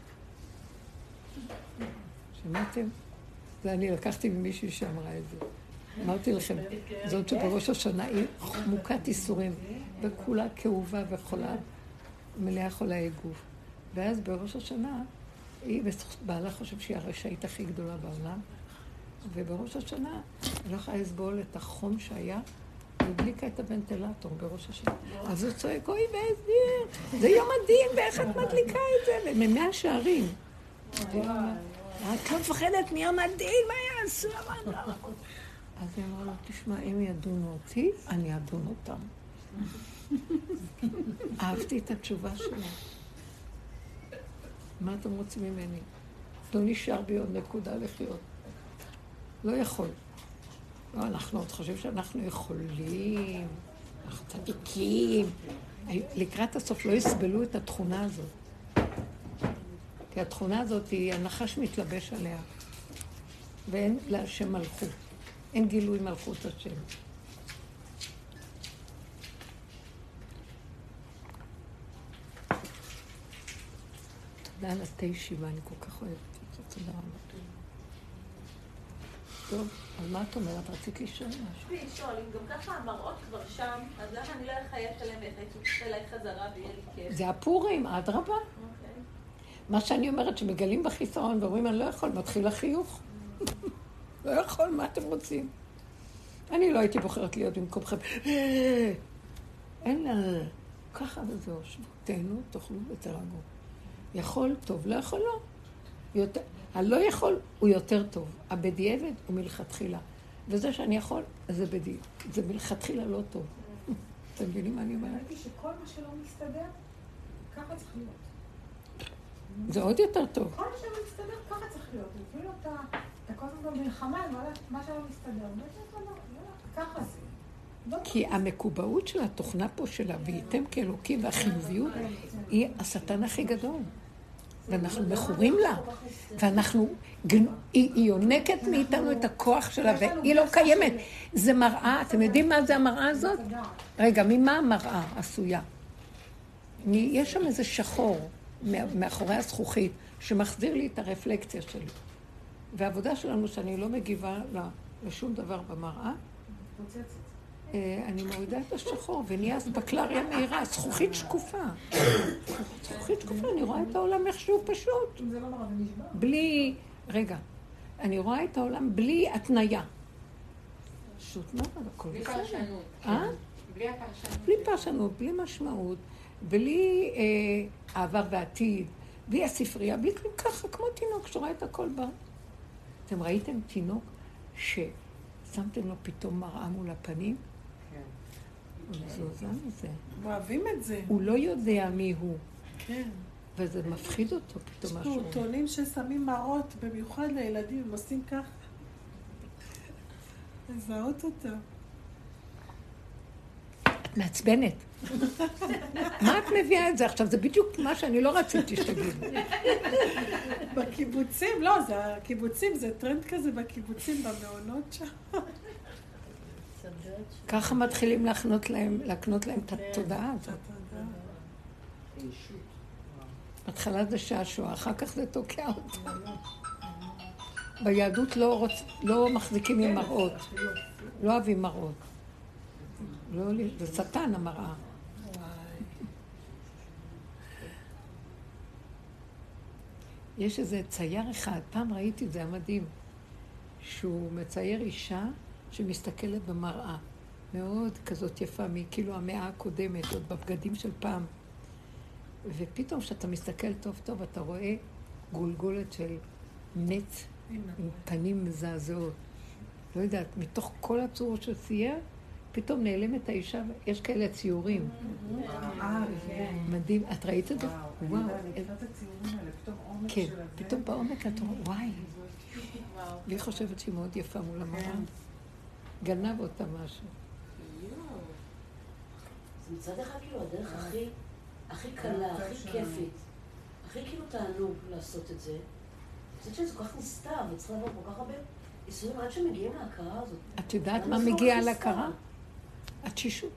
שמעתם? זה אני לקחתי ממישהי שאמרה את זה. אמרתי לכם, זאת שבראש השנה היא מוכת איסורים, וכולה כאובה וחולה, מלאה חולה גוף. ואז בראש השנה, היא בעלה חושב שהיא הרשעית הכי גדולה בעולם, ובראש השנה היא לא יכולה לסבול את החום שהיה, היא הדליקה את הוונטילטור בראש השנה. אז הוא צועק, אוי ואיזה, זה יום הדין, ואיך את מדליקה את זה? וממאה שערים. את לא מפחדת מיום הדין, מה יעשו? אז היא אמרה לו, תשמע, אם ידונו אותי, אני אדון אותם. אהבתי את התשובה שלה. מה אתם רוצים ממני? לא נשאר בי עוד נקודה לחיות. לא יכול. לא, אנחנו עוד חושבים שאנחנו יכולים, אנחנו צדיקים. לקראת הסוף לא יסבלו את התכונה הזאת. כי התכונה הזאת היא הנחש מתלבש עליה. ואין להשם מלכות. אין גילוי מלכות השם. תודה על התה ישיבה, אני כל כך אוהבת את זה. תודה רבה. טוב, אז מה את אומרת? רצית לשאול משהו? רציתי לשאול, אם גם ככה המראות כבר שם, אז למה אני לא אחייך אליהם ואחייך אליי חזרה ויהיה לי כיף? זה הפורים, אדרבה. אוקיי. מה שאני אומרת, שמגלים בחיסרון ואומרים, אני לא יכול, מתחיל החיוך. לא יכול, מה אתם רוצים? אני לא הייתי בוחרת להיות במקומכם. אין לה, ככה וזהו, שבותנו, תאכלו ותרגעו. יכול טוב, לא יכול לא. הלא יכול הוא יותר טוב. הבדיעבד הוא מלכתחילה. וזה שאני יכול, זה בדיוק. זה מלכתחילה לא טוב. אתם מבינים מה אני אומרת? ראיתי שכל מה שלא מסתדר, ככה צריך להיות. זה עוד יותר טוב. כל מה שלא מסתדר, ככה צריך להיות. אפילו אתה כל הזמן במלחמה, מה שלא מסתדר. ככה זה. כי המקובעות של התוכנה פה שלה, והייתם כאלוקים והחיוביות, היא השטן הכי גדול. ואנחנו מכורים לה. ואנחנו, היא יונקת מאיתנו את הכוח שלה, והיא לא קיימת. זה מראה, אתם יודעים מה זה המראה הזאת? רגע, ממה המראה עשויה? יש שם איזה שחור מאחורי הזכוכית, שמחזיר לי את הרפלקציה שלי. והעבודה שלנו שאני לא מגיבה לשום דבר במראה, אני מורידה את השחור, ונהיה בקלריה מהירה, זכוכית שקופה. זכוכית שקופה, אני רואה את העולם איכשהו פשוט. בלי, רגע, אני רואה את העולם בלי התניה. פשוט מאוד, הכל בלי בסדר. פרשנות. בלי הפרשנות. בלי פרשנות, בלי משמעות, בלי העבר ועתיד, בלי הספרייה, בלי ככה, כמו תינוק שרואה את הכל בה. אתם ראיתם תינוק ששמתם לו פתאום מראה מול הפנים? כן. הוא מזועזע מזה. אוהבים את זה. הוא לא יודע מי הוא, כן. וזה מפחיד אותו פתאום משהו. טוענים ששמים מראות, במיוחד לילדים, הם עושים ככה. לזהות אותם. את מעצבנת. מה את מביאה את זה עכשיו? זה בדיוק מה שאני לא רציתי שתגיד. בקיבוצים, לא, זה הקיבוצים, זה טרנד כזה בקיבוצים, במעונות שם. ככה מתחילים להקנות להם את התודעה הזאת. בהתחלה זה שעשוע, אחר כך זה תוקע אותם. ביהדות לא מחזיקים עם מראות. לא אוהבים מראות. זה שטן המראה. יש איזה צייר אחד, פעם ראיתי את זה, המדהים, שהוא מצייר אישה שמסתכלת במראה. מאוד כזאת יפה, כאילו המאה הקודמת, עוד בבגדים של פעם. ופתאום כשאתה מסתכל טוב טוב, אתה רואה גולגולת של נץ עם פנים מזעזעות. לא יודעת, מתוך כל הצורות של צייר, פתאום נעלמת האישה, יש כאלה ציורים. מדהים, את ראית את זה? וואו. כן, פתאום בעומק את רואה, וואי. והיא חושבת שהיא מאוד יפה מול המראה. גנב אותה משהו. זה מצד אחד כאילו הדרך הכי קלה, הכי כיפית, הכי כאילו תענוג לעשות את זה. אני חושבת שזה כל כך נסתר, וצריך לעבור כל כך הרבה איסורים עד שמגיעים להכרה הזאת. את יודעת מה מגיע להכרה? התשישות.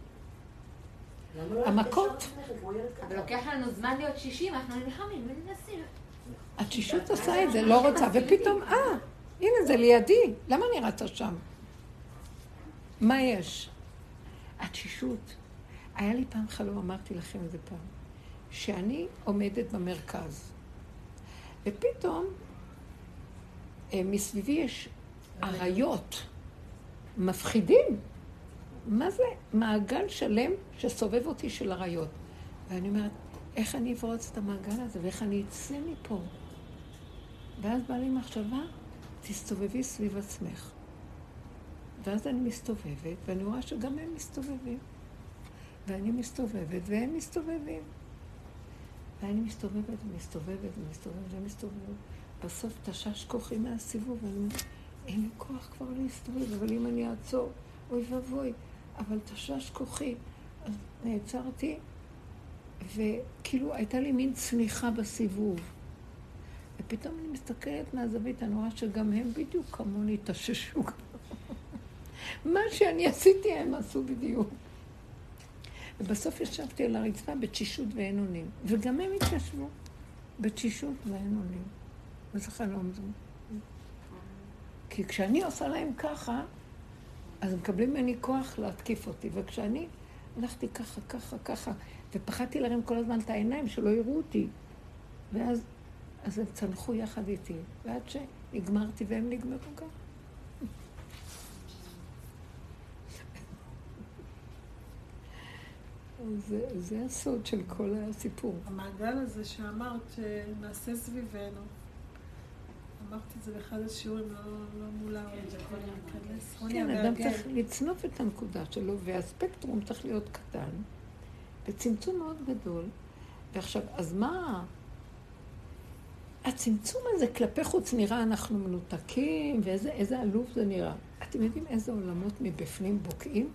המכות. אבל לוקח לנו זמן להיות 60, אנחנו נלחמים ומנסים. התשישות עושה את זה, לא רוצה, ופתאום, הנה זה לידי, למה אני רצה שם? מה יש? התשישות. היה לי פעם חלום, אמרתי לכם את זה פעם, שאני עומדת במרכז, ופתאום מסביבי יש עריות, מפחידים. מה זה? מעגל שלם שסובב אותי של עריות. ואני אומרת, איך אני אברוץ את המעגל הזה, ואיך אני אצא מפה? ואז בא לי מחשבה, תסתובבי סביב עצמך. ואז אני מסתובבת, ואני רואה שגם הם מסתובבים. ואני מסתובבת, והם מסתובבים. ואני מסתובבת, ומסתובבת, ומסתובבת, ומסתובבת. בסוף תשש כוחי מהסיבוב, ואני אומרת, אין לי כוח כבר להסתובב, אבל אם אני אעצור, אוי ואבוי, אבל תשש כוחי. אז נעצרתי, וכאילו הייתה לי מין צניחה בסיבוב. ופתאום אני מסתכלת מהזווית, אני רואה שגם הם בדיוק כמוני תששו. מה שאני עשיתי הם עשו בדיוק. ובסוף ישבתי על הרצפה בתשישות ואין אונים. וגם הם התיישבו בתשישות ואין אונים. וזה חלום זה. כי כשאני עושה להם ככה, אז הם מקבלים ממני כוח להתקיף אותי. וכשאני הלכתי ככה, ככה, ככה, ופחדתי להם כל הזמן את העיניים שלא יראו אותי. ואז הם צנחו יחד איתי. ועד שנגמרתי והם נגמרו ככה. זה הסוד של כל הסיפור. המעגל הזה שאמרת שנעשה סביבנו, אמרתי את זה באחד השיעורים, לא מולה, כן, אדם צריך לצנוף את הנקודה שלו, והספקטרום צריך להיות קטן, וצמצום מאוד גדול. ועכשיו, אז מה? הצמצום הזה כלפי חוץ נראה, אנחנו מנותקים, ואיזה עלוב זה נראה. אתם יודעים איזה עולמות מבפנים בוקעים?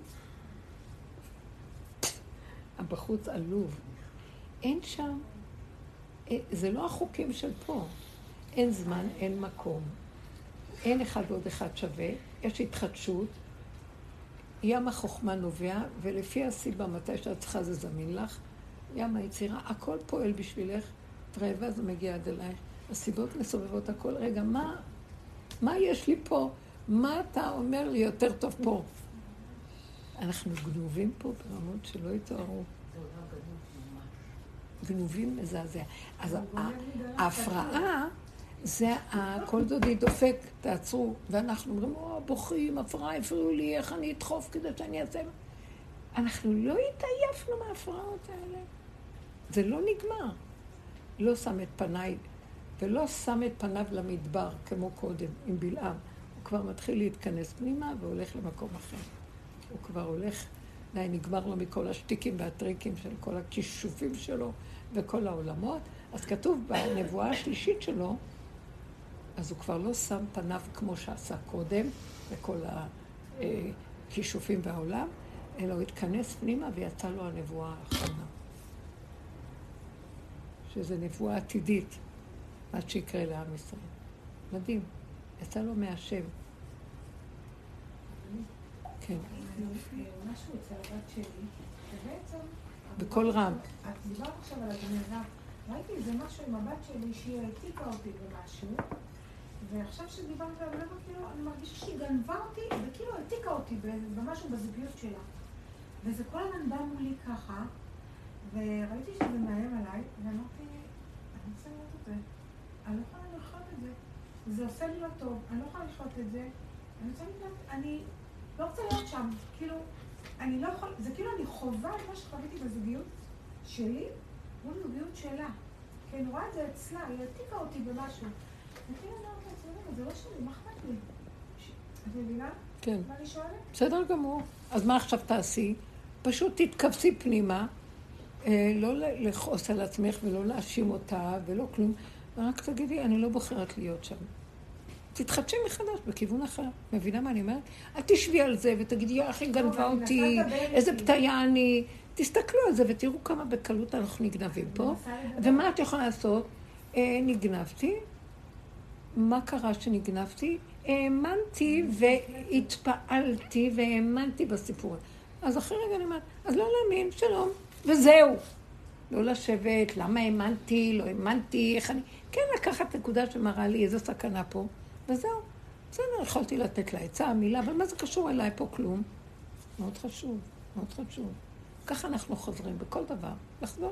בחוץ עלוב. אין שם, זה לא החוקים של פה. אין זמן, אין מקום. אין אחד ועוד אחד שווה. יש התחדשות. ים החוכמה נובע, ולפי הסיבה מתי שאת צריכה זה זמין לך. ים היצירה, הכל פועל בשבילך. תרעבה זה מגיע עד אלייך. הסיבות מסובבות הכל. רגע, מה יש לי פה? מה אתה אומר לי יותר טוב פה? אנחנו גנובים פה ברמות שלא יתוארו. גנובים מזעזע. אז ההפרעה זה הכל דודי דופק, תעצרו. ואנחנו אומרים, בוכים, הפרעה, הפריעו לי, איך אני אדחוף כדי שאני אעשה? אנחנו לא התעייפנו מההפרעות האלה. זה לא נגמר. לא שם את פניי, ולא שם את פניו למדבר, כמו קודם, עם בלעם. הוא כבר מתחיל להתכנס פנימה והולך למקום אחר. הוא כבר הולך, נגמר לו מכל השטיקים והטריקים של כל הכישופים שלו וכל העולמות. אז כתוב בנבואה השלישית שלו, אז הוא כבר לא שם פניו כמו שעשה קודם, וכל הכישופים והעולם, אלא הוא התכנס פנימה ויצא לו הנבואה האחרונה. שזה נבואה עתידית, מה שיקרה לעם ישראל. מדהים, יצא לו מהשם. כן. משהו אצל הבת שלי, ובעצם... בכל רם. את דיברת עכשיו על הגניבה. ראיתי איזה משהו עם הבת שלי שהיא העתיקה אותי במשהו, ועכשיו שדיברת עליו, כאילו, אני מרגישה שהיא גנבה אותי, וכאילו העתיקה אותי במשהו בזוגיות שלה. וזה כל הזמן בא מולי ככה, וראיתי שזה מאיים עליי, ואמרתי, אני רוצה לראות את זה. אני לא יכולה לחיות את זה. זה עושה לי לא טוב, אני לא יכולה לחיות את זה. אני רוצה לדעת, אני לא רוצה להיות שם. כאילו, אני לא יכול, זה כאילו אני חובה את מה שחוויתי בזוגיות שלי, מול זוגיות שלה. כי אני רואה את זה אצלה, היא העתיקה אותי במשהו. וכאילו אני אומרת לעצמי, זה לא שלי, מה אכפת לי? את מבינה? כן. מה אני שואלת? בסדר גמור. אז מה עכשיו תעשי? פשוט תתכווצי פנימה, לא לכעוס על עצמך ולא להאשים אותה ולא כלום, ורק תגידי, אני לא בוחרת להיות שם. תתחדשי מחדש בכיוון אחר. מבינה מה אני אומרת? אל תשבי על זה ותגידי, איך היא גנבה אותי, איזה פתיה אני. תסתכלו על זה ותראו כמה בקלות אנחנו נגנבים פה. ומה את יכולה לעשות? נגנבתי. מה קרה שנגנבתי? האמנתי והתפעלתי והאמנתי בסיפור. אז אחרי רגע אני אומרת, אז לא להאמין, שלום, וזהו. לא לשבת, למה האמנתי, לא האמנתי, איך אני... כן, לקחת נקודה שמראה לי איזו סכנה פה, וזהו. בסדר, יכולתי לתת לה עצה, מילה, אבל מה זה קשור אליי פה? כלום. מאוד חשוב, מאוד חשוב. ככה אנחנו חוזרים בכל דבר. לחזור.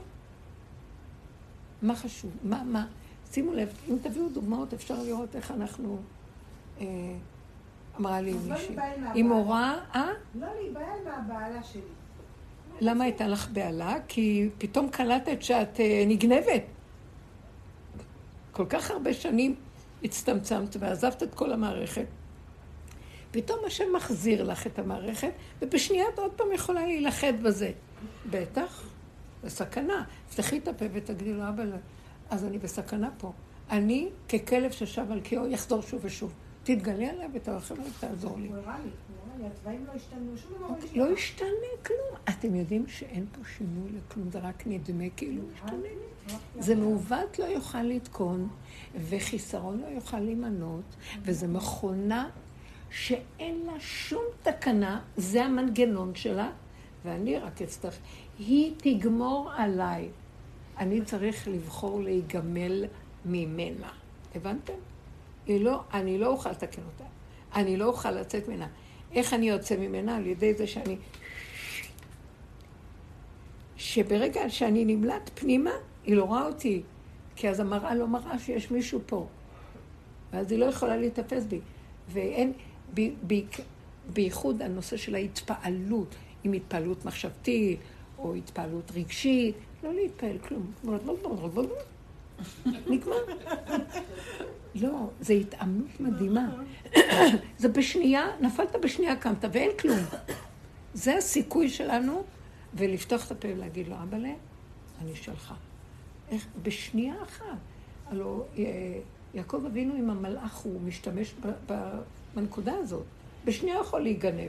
מה חשוב? מה? שימו לב, אם תביאו דוגמאות, אפשר לראות איך אנחנו... אמרה לי מישהי. היא מורה, לא להיבהל מהבעלה שלי. למה הייתה לך בעלה? כי פתאום קלטת שאת נגנבת. כל כך הרבה שנים הצטמצמת ועזבת את כל המערכת. פתאום השם מחזיר לך את המערכת, ובשנייה את עוד פעם יכולה להילחד בזה. בטח, זה סכנה. פתחי את הפה ותגידי לו, אבל אז אני בסכנה פה. אני ככלב ששב על קיאו יחזור שוב ושוב. תתגלה עליי ותרחם עליי ותעזור לי. הוא הראה לי, הצבעים לא השתנו, שום דבר לא לא ישתנה כלום. אתם יודעים שאין פה שינוי לכלום, זה רק נדמה כאילו משתנה. זה מעוות לא יוכל לתקון, וחיסרון לא יוכל להימנות, וזה מכונה שאין לה שום תקנה, זה המנגנון שלה, ואני רק אצטרך, היא תגמור עליי. אני צריך לבחור להיגמל ממנה. הבנתם? אני לא אוכל לתקן אותה. אני לא אוכל לצאת ממנה. איך אני יוצא ממנה? על ידי זה שברגע שאני נמלט פנימה, היא לא רואה אותי. כי אז המראה לא מראה שיש מישהו פה. ואז היא לא יכולה להתאפס בי. ואין, בייחוד הנושא של ההתפעלות, עם התפעלות מחשבתית, או התפעלות רגשית, לא להתפעל כלום. נגמר. לא, זה התאמנות מדהימה. זה בשנייה, נפלת בשנייה, קמת, ואין כלום. זה הסיכוי שלנו, ולפתוח את הפה ולהגיד לו, אבאלה, אני שלך. איך? בשנייה אחת. הלוא יעקב אבינו עם המלאך, הוא משתמש בנקודה הזאת. בשנייה הוא יכול להיגנב.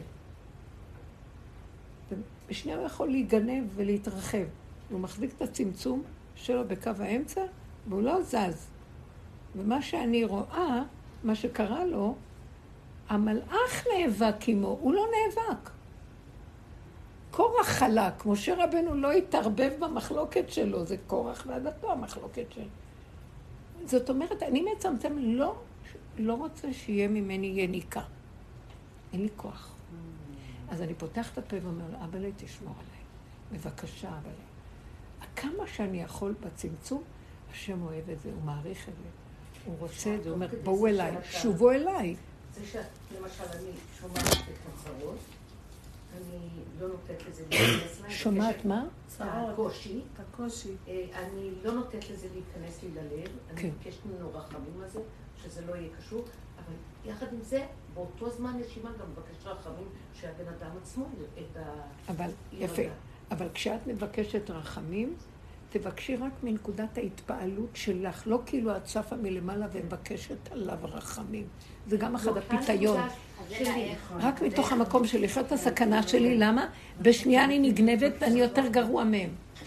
בשנייה הוא יכול להיגנב ולהתרחב. הוא מחזיק את הצמצום שלו בקו האמצע, והוא לא זז. ומה שאני רואה, מה שקרה לו, המלאך נאבק עמו, הוא לא נאבק. קורח חלק, משה רבנו לא התערבב במחלוקת שלו, זה קורח ועדתו המחלוקת שלו. זאת אומרת, אני מצמצם, לא רוצה שיהיה ממני יניקה. אין לי כוח. אז אני פותח את הפה ואומר לו, אבאלה, תשמור עליי. בבקשה, אבאלה. כמה שאני יכול בצמצום, השם אוהב את זה, הוא מעריך את זה. הוא רוצה את זה, הוא אומר, בואו אליי, שובו אליי. זה שאת, למשל, אני שומעת את הצרות, אני לא נותנת לזה להיכנס להם. שומעת מה? הקושי. אני לא נותנת לזה להיכנס לי ללב, אני מבקשת ממנו רחמים על זה, שזה לא יהיה קשור, אבל יחד עם זה, באותו זמן נשימה גם מבקשת רחמים שהבן אדם עצמו את ה... אבל יפה, אבל כשאת מבקשת רחמים, תבקשי רק מנקודת ההתפעלות שלך, לא כאילו את צפה מלמעלה ומבקשת עליו רחמים. זה גם אחד הפיתיון. רק מתוך המקום של לחיות את הסכנה שלי, למה? בשנייה אני נגנבת ואני יותר גרוע מהם.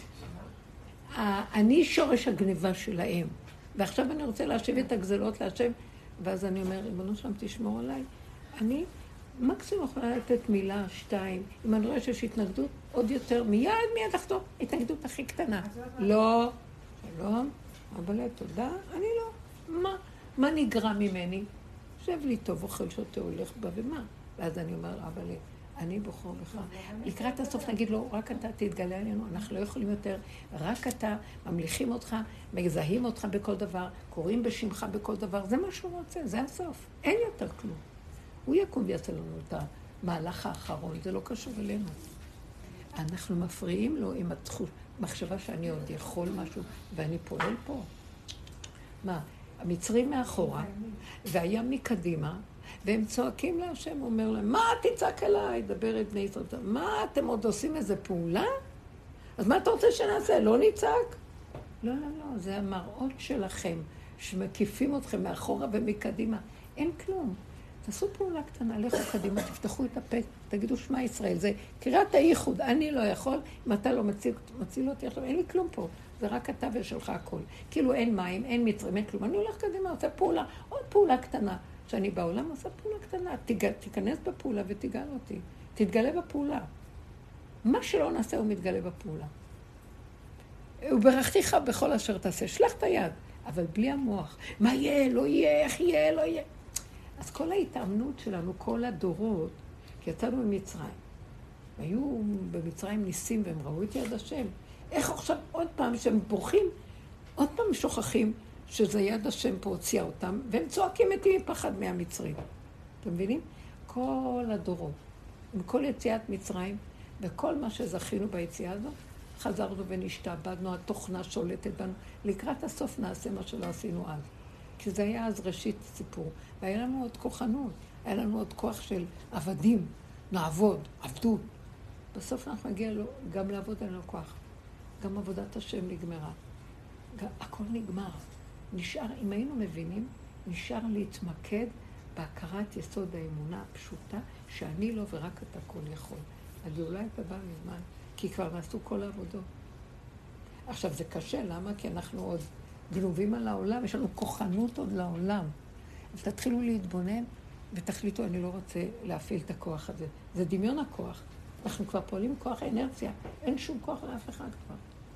אני שורש הגניבה שלהם. ועכשיו אני רוצה להשיב את הגזלות להשם, ואז אני אומר, ריבונו שלם תשמור עליי. אני מקסימום יכולה לתת מילה, 2. אם אני רואה שיש התנגדות, עוד יותר, מיד לחתור. התנגדות הכי קטנה. לא, שלום, אבאלה, תודה, אני לא. מה נגרע ממני? שב לי טוב, אוכל שותה, הולך בה, ומה? ואז אני אומר, אבאלה, אני בוחר בך. לקראת הסוף נגיד לו, רק אתה תתגלה עלינו, אנחנו לא יכולים יותר, רק אתה, ממליכים אותך, מזהים אותך בכל דבר, קוראים בשמך בכל דבר, זה מה שהוא רוצה, זה הסוף. אין יותר כלום. הוא יקום ויעשה לנו את המהלך האחרון, זה לא קשור אלינו. אנחנו מפריעים לו עם המחשבה שאני עוד יכול משהו, ואני פועל פה. מה? המצרים מאחורה, והים מקדימה, והם צועקים להשם, הוא אומר להם, מה תצעק אליי? דבר את בני ישראל. מה, אתם עוד עושים איזה פעולה? אז מה אתה רוצה שנעשה? לא נצעק? לא, לא, לא, זה המראות שלכם, שמקיפים אתכם מאחורה ומקדימה. אין כלום. תעשו פעולה קטנה, לכו קדימה, תפתחו את הפה, תגידו שמע ישראל, זה קריאת הייחוד, אני לא יכול, אם אתה לא מציל אותי עכשיו, אין לי כלום פה, זה רק אתה ושלך הכל. כאילו אין מים, אין מצרים, אין כלום, אני הולך קדימה, עושה פעולה, עוד פעולה קטנה, שאני בעולם עושה פעולה קטנה, תיכנס בפעולה ותיגל אותי, תתגלה בפעולה. מה שלא נעשה הוא מתגלה בפעולה. וברכתיך בכל אשר תעשה, שלח את היד, אבל בלי המוח, מה יהיה, לא יהיה, איך יהיה, לא יהיה. אז כל ההתאמנות שלנו, כל הדורות, כי יצאנו ממצרים, היו במצרים ניסים והם ראו את יד השם. איך עכשיו עוד פעם שהם בורחים, עוד פעם שוכחים שזה יד השם פה הוציאה אותם, והם צועקים איתי מפחד מהמצרים. אתם מבינים? כל הדורות, עם כל יציאת מצרים, וכל מה שזכינו ביציאה הזאת, חזרנו ונשתעבדנו, התוכנה שולטת בנו. לקראת הסוף נעשה מה שלא עשינו אז. כי זה היה אז ראשית סיפור. והיה לנו עוד כוחנות, היה לנו עוד כוח של עבדים, נעבוד, עבדות. בסוף אנחנו נגיע גם לעבוד, אין לנו כוח. גם עבודת השם נגמרה. הכל נגמר. נשאר, אם היינו מבינים, נשאר להתמקד בהכרת יסוד האמונה הפשוטה, שאני לא ורק אתה כל יכול. הגאולה הייתה באה מזמן, כי כבר נעשו כל העבודות. עכשיו זה קשה, למה? כי אנחנו עוד גנובים על העולם, יש לנו כוחנות עוד לעולם. אז תתחילו להתבונן ותחליטו, אני לא רוצה להפעיל את הכוח הזה. זה דמיון הכוח. אנחנו כבר פועלים כוח האנרציה, אין שום כוח לאף אחד כבר.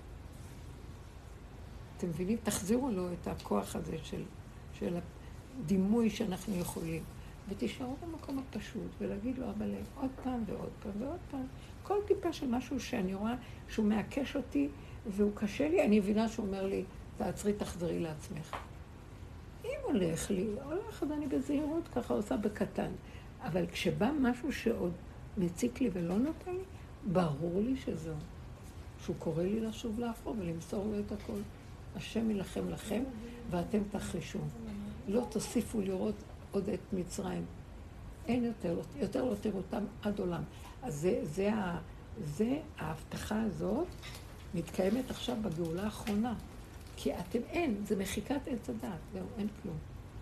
אתם מבינים? תחזירו לו את הכוח הזה של הדימוי שאנחנו יכולים. ותשארו במקום הפשוט ולהגיד לו, אבל עוד פעם ועוד פעם ועוד פעם. כל טיפה של משהו שאני רואה שהוא מעקש אותי והוא קשה לי, אני מבינה שהוא אומר לי, תעצרי, תחזרי לעצמך. אם הולך לי, הולך, אז אני בזהירות ככה עושה בקטן. אבל כשבא משהו שעוד מציק לי ולא נותן לי, ברור לי שזהו. שהוא קורא לי לשוב לאחור ולמסור לו את הכל. השם ילחם לכם ואתם תחרישו. לא תוסיפו לראות עוד את מצרים. אין יותר לא תראו אותם עד עולם. אז זה ההבטחה הזאת מתקיימת עכשיו בגאולה האחרונה. כי אתם אין, זה מחיקת עץ הדעת, זהו, אין כלום.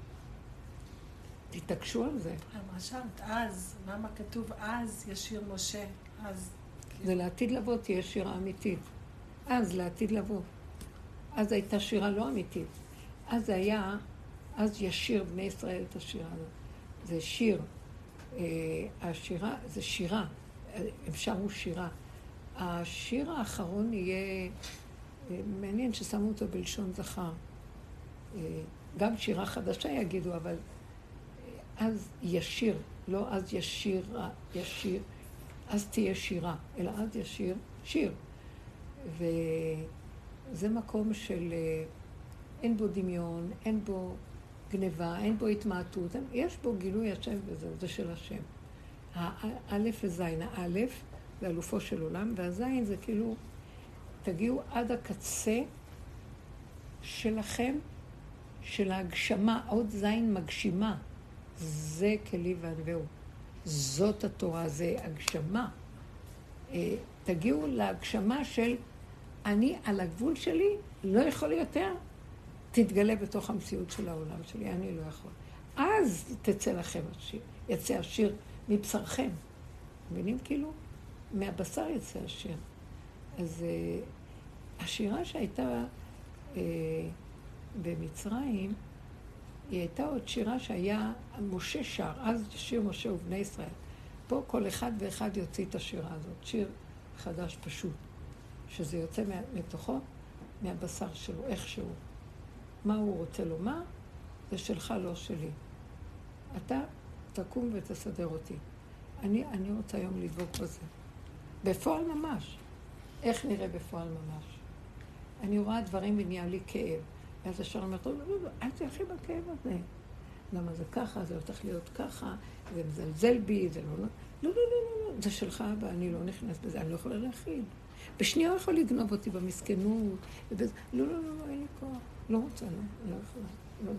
תתעקשו על זה. למשל, אז, למה כתוב אז ישיר משה, אז... זה לעתיד לבוא תהיה שירה אמיתית. אז לעתיד לבוא. אז הייתה שירה לא אמיתית. אז זה היה, אז ישיר בני ישראל את השירה הזאת. זה שיר. השירה, זה שירה. הם שרו שירה. השיר האחרון יהיה, מעניין ששמו אותו בלשון זכר. גם שירה חדשה יגידו, אבל אז ישיר, לא אז ישיר, אז תהיה שירה, אלא אז ישיר, שיר. וזה מקום של, אין בו דמיון, אין בו גניבה, אין בו התמעטות, יש בו גילוי השם וזהו, זה של השם. האלף וזין, האלף זה אלופו של עולם, והזין זה כאילו, תגיעו עד הקצה שלכם, של ההגשמה, עוד זין מגשימה, זה כלי וענווהו. זאת התורה, זה הגשמה. תגיעו להגשמה של אני על הגבול שלי, לא יכול יותר, תתגלה בתוך המציאות של העולם שלי, אני לא יכול. אז תצא לכם השיר, יצא השיר מבשרכם. מבינים כאילו? מהבשר יצא השיר. אז השירה שהייתה במצרים, היא הייתה עוד שירה שהיה משה שר, אז שיר משה ובני ישראל. פה כל אחד ואחד יוציא את השירה הזאת, שיר חדש פשוט, שזה יוצא מתוכו, מהבשר שלו, איכשהו. מה הוא רוצה לומר? זה שלך, לא שלי. אתה תקום ותסדר אותי. אני רוצה היום לדבוק בזה. בפועל ממש. איך נראה בפועל ממש? אני רואה דברים ונהיה לי כאב. ואז השאר אומרת, לא, אל תלכי בכאב הזה. למה זה ככה, זה הולך להיות ככה, זה מזלזל בי, זה לא, זה שלך, ואני לא נכנס בזה, אני לא יכולה להכיל. בשנייה הוא יכול לגנוב אותי במסכנות, לא, אין לי כוח, לא רוצה, לא יכולה, לא.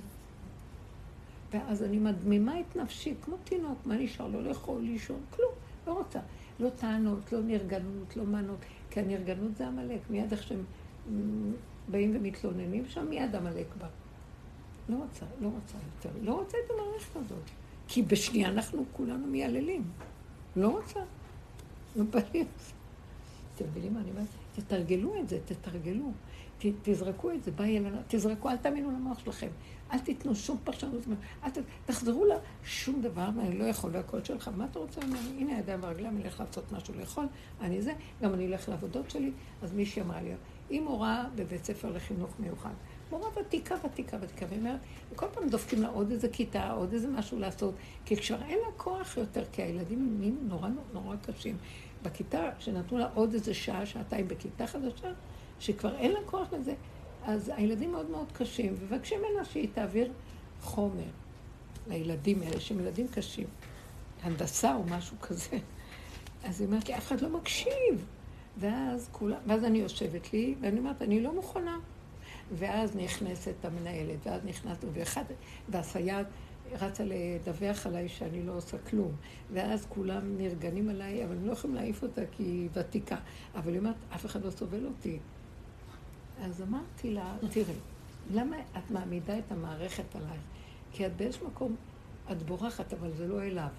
ואז אני מדמימה את נפשי, כמו תינוק, מה נשאר? לא לאכול, לישון, כלום, לא רוצה. לא טענות, לא נרגנות, לא מנות, כי הנרגנות זה המלאק, מיד איך שהם באים ומתלוננים, שם מיד המלאק בא. לא רוצה יותר, לא רוצה את המערכת הזאת, כי בשנייה אנחנו כולנו מייללים. לא רוצה, לא בא לי. אתם מבינים מה אני אומרת? תתרגלו את זה, תתרגלו. תזרקו את זה, בא ילנה, תזרקו, אל תאמינו למוח שלכם. אל תיתנו שום פרשנות, תחזרו לה שום דבר, אני לא יכול, והכל שלך, מה אתה רוצה? הנה הידיים והרגליים, אני אלך לעשות משהו לאכול, אני זה, גם אני אלך לעבודות שלי, אז מישהי אמרה לי, היא מורה בבית ספר לחינוך מיוחד, מורה ותיקה, והיא אומרת, וכל פעם דופקים לה עוד איזה כיתה, עוד איזה משהו לעשות, כי כבר אין לה כוח יותר, כי הילדים נהיים נורא קשים. בכיתה, שנתנו לה עוד איזה שעה, שעתיים בכיתה חדשה, שכבר אין לה כוח לזה, אז הילדים מאוד מאוד קשים, ובקשים ממנה שהיא תעביר חומר לילדים האלה, שהם ילדים קשים, הנדסה או משהו כזה. אז היא אומרת לי, אף אחד לא מקשיב. ואז אני יושבת לי, ואני אומרת, אני לא מוכנה. ואז נכנסת המנהלת, ואז נכנסנו, והסייעת רצה לדווח עליי שאני לא עושה כלום. ואז כולם נרגנים עליי, אבל הם לא יכולים להעיף אותה כי היא ותיקה. אבל היא אומרת, אף אחד לא סובל אותי. אז אמרתי לה, תראי, למה את מעמידה את המערכת עלייך? כי את באיזשהו מקום, את בורחת, אבל זה לא אליו.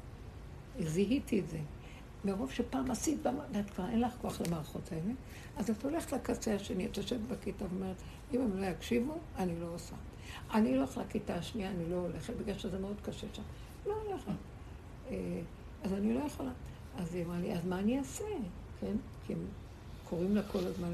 זיהיתי את זה. מרוב שפעם עשית, ואת כבר אין לך כוח למערכות האלה, אז את הולכת לקצה השני, את יושבת בכיתה ואומרת, אם הם לא יקשיבו, אני לא עושה. אני לא הולכת לכיתה השנייה, אני לא הולכת, בגלל שזה מאוד קשה שם. לא הולכת. אז אני לא יכולה. אז היא אמרה לי, אז מה אני אעשה? כן? כי הם קוראים לה כל הזמן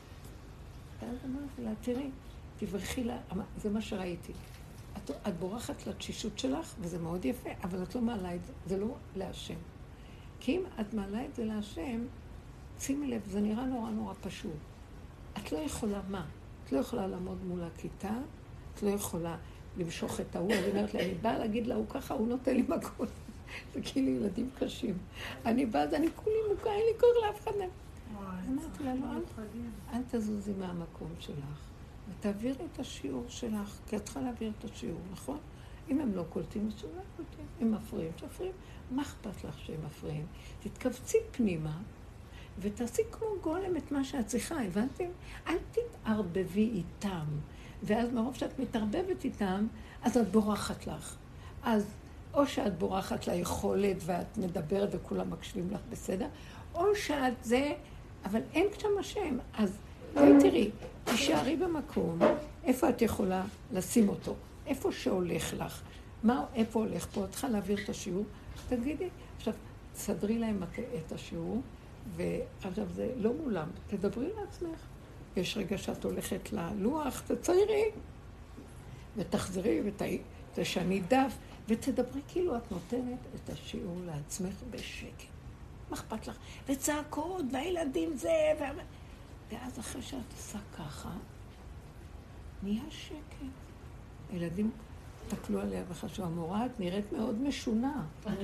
ואז אמרתי לה, תראי, תברכי לה, זה מה שראיתי. את בורחת לתשישות שלך, וזה מאוד יפה, אבל את לא מעלה את זה, זה לא להשם. כי אם את מעלה את זה להשם, שימי לב, זה נראה נורא נורא פשוט. את לא יכולה מה? את לא יכולה לעמוד מול הכיתה, את לא יכולה למשוך את ההוא, אני אומרת לה, אני באה להגיד לה, הוא ככה, הוא נותן לי מקום. זה כאילו ילדים קשים. אני באה, אז אני כולי מוקה, אין לי כוח לאף אחד מהם. אמרתי לה, לא, אל תזוזי מהמקום שלך, ותעבירי את השיעור שלך, כי את צריכה להעביר את השיעור, נכון? אם הם לא קולטים, אז לא קולטים. אם מפריעים, תפריעים. מה אכפת לך שהם מפריעים? תתכווצי פנימה, ותעשי כמו גולם את מה שאת צריכה, הבנתם? אל תתערבבי איתם. ואז מרוב שאת מתערבבת איתם, אז את בורחת לך. אז או שאת בורחת ליכולת ואת מדברת וכולם מקשיבים לך בסדר, או שאת זה, אבל אין שם השם. אז תראי, תישארי במקום, איפה את יכולה לשים אותו? איפה שהולך לך? איפה הולך פה? את צריכה להעביר את השיעור? תגידי, עכשיו, תסדרי להם את השיעור, ועכשיו זה לא מולם, תדברי לעצמך. יש רגע שאת הולכת ללוח, תציירי, ותחזרי ותשני דף, ותדברי כאילו את נותנת את השיעור לעצמך בשקט. מה אכפת לך? וצעקות, והילדים זה, ואז אחרי שאת עושה ככה, נהיה שקט. הילדים תקלו עליה וחשבו, המורה, את נראית מאוד משונה.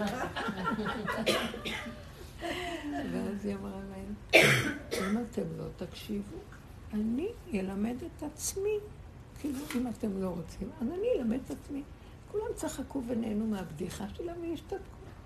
ואז היא אמרה להם, אם אתם לא תקשיבו, אני אלמד את עצמי. כאילו, אם אתם לא רוצים, אז אני אלמד את עצמי. כולם צחקו ונהנו מהבדיחה שלה והשתתקו.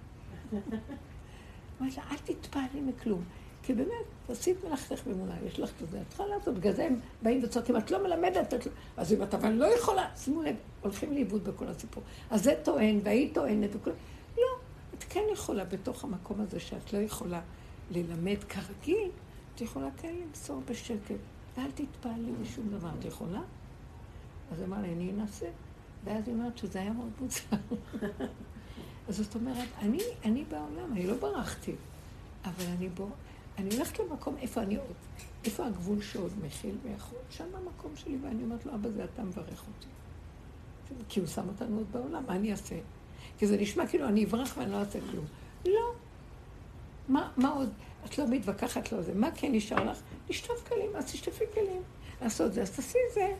אמרת לה, אל תתפעלי מכלום. כי באמת, עשית מלאכתך במולה, יש לך כזה, את צריכה לעשות, בגלל זה הם באים וצועקים, את לא מלמדת, אז אם את אבל לא יכולה, שימו לב, הולכים לאיבוד בכל הסיפור. אז זה טוען, והיא טוענת וכל... לא, את כן יכולה בתוך המקום הזה שאת לא יכולה ללמד כרגיל, את יכולה כן למסור בשקט, ואל תתפעלי משום דבר, את יכולה? אז אמרה לי, אני אנסה. ואז היא אומרת שזה היה מאוד מוצר. אז זאת אומרת, אני בעולם, אני לא ברחתי, אבל אני הולכת למקום, איפה אני עוד? איפה הגבול שעוד מכיל ויכול? שם המקום שלי, ואני אומרת לו, אבא, זה אתה מברך אותי. כי הוא שם אותנו עוד בעולם, מה אני אעשה? כי זה נשמע כאילו, אני אברח ואני לא אעשה כלום. לא. מה עוד? את לא מתווכחת לו זה. מה כן נשאר לך? לשטוף כלים, אז תשטפי כלים. לעשות זה, אז תעשי זה.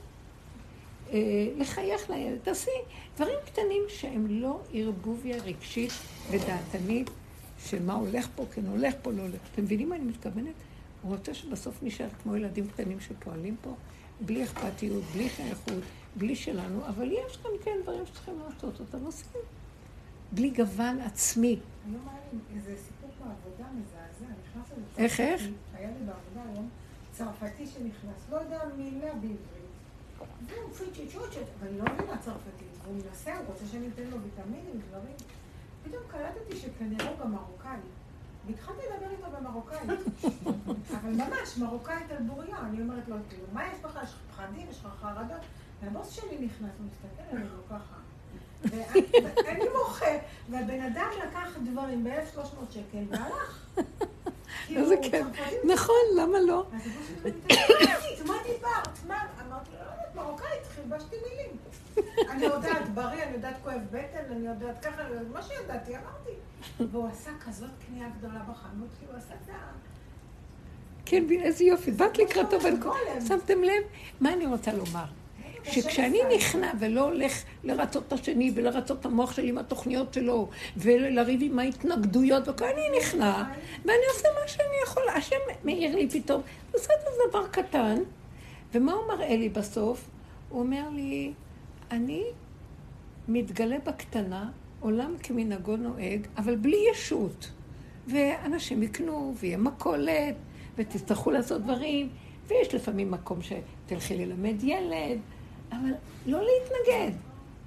לחייך לילד, תעשי דברים קטנים שהם לא ערבוביה רגשית ודעתנית, שמה הולך פה, כן הולך פה, לא הולך. אתם מבינים מה אני מתכוונת? הוא רוצה שבסוף נשאר כמו ילדים קטנים שפועלים פה, בלי אכפתיות, בלי שייכות, בלי שלנו, אבל יש גם כן דברים שצריכים לעשות אותם, עושים. בלי גוון עצמי. היום היה לי איזה סיפור בעבודה מזעזע, נכנס לזה. איך? היה לי בעבודה היום צרפתי שנכנס, לא יודע מילה בעברית. והוא פיצ'יצ'ות, אבל אני לא מבינה צרפתית, והוא מנסה, הוא רוצה שאני אתן לו ויטמינים, דברים. פתאום קלטתי שכנראה הוא גם מרוקאי. והתחלתי לדבר איתו במרוקאית. אבל ממש, מרוקאית על בוריה. אני אומרת לו, מה יש לך? יש לך פחדים? יש לך חרדות? והבוס שלי נכנס, הוא מסתכל עלינו ככה. ואני מוחה, והבן אדם לקח דברים ב-1,300 שקל והלך. איזה כן. נכון, למה לא? אז הבוס שלי מתארת, מה דיברת? מה? אמרתי לו, לא יודעת, מרוקאית, חילבשתי מילים. אני יודעת בריא, אני יודעת כואב בטן, אני יודעת ככה, מה שידעתי, אמרתי. והוא עשה כזאת קנייה גדולה בחנות, כי הוא עשה את זה. כן, איזה יופי, באת לקראתו בנקום. שמתם לב? מה אני רוצה לומר? שכשאני נכנע ולא הולך לרצות את השני ולרצות את המוח שלי עם התוכניות שלו ולריב עם ההתנגדויות וכל, אני נכנע ואני עושה מה שאני יכולה. השם מאיר לי פתאום, עושה את זה דבר קטן, ומה הוא מראה לי בסוף? הוא אומר לי, אני מתגלה בקטנה, עולם כמנהגו נוהג, אבל בלי ישות. ואנשים יקנו ויהיה מכולת ותצטרכו לעשות דברים, ויש לפעמים מקום שתלכי ללמד ילד, אבל לא להתנגד.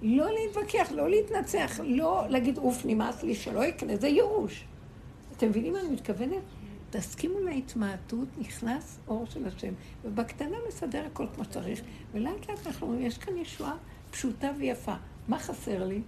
לא להתווכח, לא להתנצח, לא להגיד אוף נמאס לי שלא יקנה, זה ייאוש. אתם מבינים מה אני מתכוונת? תסכימו להתמעטות, נכנס אור של השם, ובקטנה מסדר הכל כמו שצריך, ולאט לאט אנחנו אומרים, יש כאן ישועה פשוטה ויפה. מה חסר לי?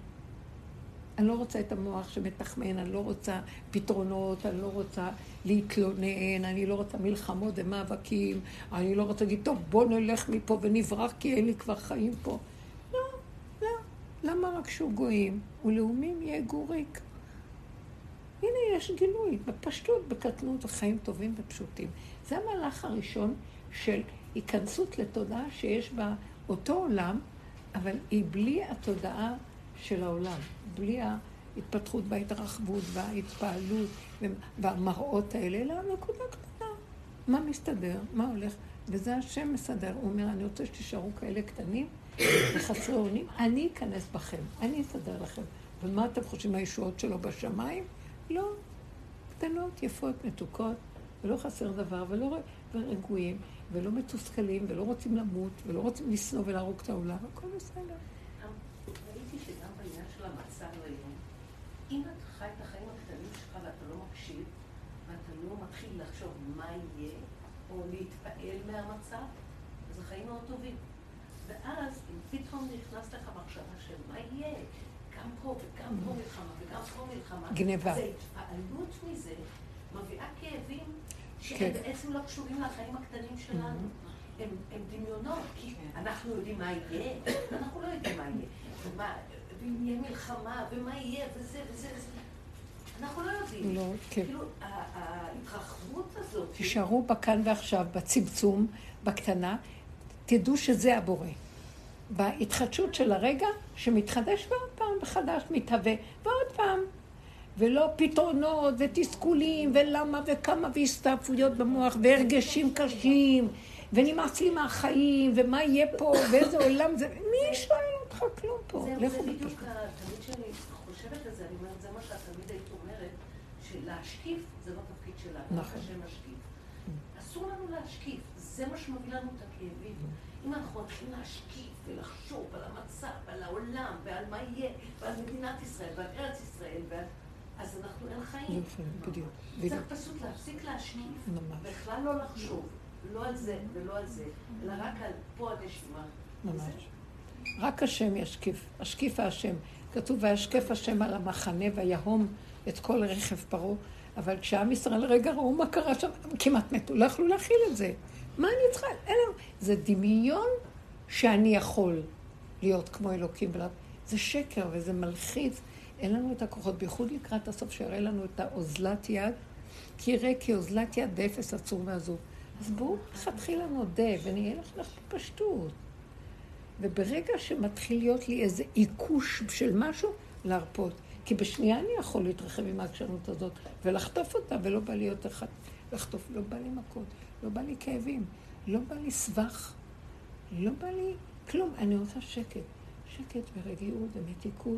אני לא רוצה את המוח שמתחמן, אני לא רוצה פתרונות, אני לא רוצה להתלונן, אני לא רוצה מלחמות ומאבקים, אני לא רוצה להגיד, טוב, בוא נלך מפה ונברח כי אין לי כבר חיים פה. לא, לא. למה רק שהוא גויים? ולאומים יהגו ריק. הנה יש גילוי, בפשטות, בקטנות, וחיים טובים ופשוטים. זה המהלך הראשון של היכנסות לתודעה שיש בה אותו עולם, אבל היא בלי התודעה של העולם, בלי ההתפתחות וההתרחבות וההתפעלות והמראות האלה, אלא נקודה קטנה. מה מסתדר? מה הולך? וזה השם מסדר. הוא אומר, אני רוצה שתישארו כאלה קטנים וחסרי אונים, אני אכנס בכם, אני אסדר לכם. ומה אתם חושבים הישועות שלו בשמיים? לא, קטנות, יפות, מתוקות, ולא חסר דבר, ולא רגועים, ולא מתוסכלים, ולא רוצים למות, ולא רוצים לשנוא ולהרוג את העולם, הכל בסדר. ראיתי שגם בעניין של המצב היום, אם את חי את החיים הקטנים שלך ואתה לא מקשיב, ואתה לא מתחיל לחשוב מה יהיה, או להתפעל מהמצב, אז החיים מאוד טובים. ואז אם פתאום נכנס לך מחשבה של מה יהיה, גם פה וגם פה מלחמה וגם פה מלחמה, גניבה. אז ההתפעלות מזה מביאה כאבים שהם בעצם לא קשורים לחיים הקטנים שלנו. הם דמיונות, כי אנחנו יודעים מה יהיה, אנחנו לא יודעים מה יהיה. ואם יהיה מלחמה, ומה יהיה, וזה וזה וזה. אנחנו לא יודעים. לא, כן. כאילו, ההתרחבות הזאת... תישארו בכאן ועכשיו, בצמצום, בקטנה, תדעו שזה הבורא. בהתחדשות של הרגע, שמתחדש ועוד פעם מחדש מתהווה, ועוד פעם. ולא פתרונות ותסכולים, ולמה וכמה והסתעפויות במוח, והרגשים קשים, ונמאס לי מהחיים, ומה יהיה פה, ואיזה עולם זה... מי שואל אותך כלום פה? זה בדיוק התמיד שאני חושבת על זה, אני אומרת, זה מה שאת תמיד היית אומרת, שלהשקיף זה לא תפקיד שלנו, רק השם משקיף. אסור לנו להשקיף, זה מה שמביא לנו את הכאבים. אם אנחנו מתחילים להשקיף ולחשוב על המצב, על העולם, ועל מה יהיה, ועל מדינת ישראל, ועל ארץ ישראל, אז אנחנו אין חיים. בדיוק. צריך פשוט להפסיק להשקיף, בכלל לא לחשוב, לא על זה ולא על זה, אלא רק על פה הנשימה. ממש. רק השם ישקיף, השקיף השם. כתוב, וישקף השם על המחנה ויהום את כל רכב פרעה, אבל כשעם ישראל רגע ראו מה קרה שם, כמעט מתו, לא יכלו להכיל את זה. מה אני צריכה? אין לנו. זה דמיון שאני יכול להיות כמו אלוקים. זה שקר וזה מלחיץ. אין לנו את הכוחות, בייחוד לקראת הסוף שיראה לנו את האוזלת יד, כי יראה כאוזלת יד באפס עצור ועזוב. אז בואו תתחיל נודה ונהיה לך פשטות. וברגע שמתחיל להיות לי איזה עיקוש של משהו, להרפות. כי בשנייה אני יכול להתרחב עם העקשנות הזאת ולחטוף אותה, ולא בא לי יותר לחטוף, לא בא לי מכות, לא בא לי כאבים, לא בא לי סבך, לא בא לי כלום. אני רוצה שקט, שקט ורגיעות ומתיקות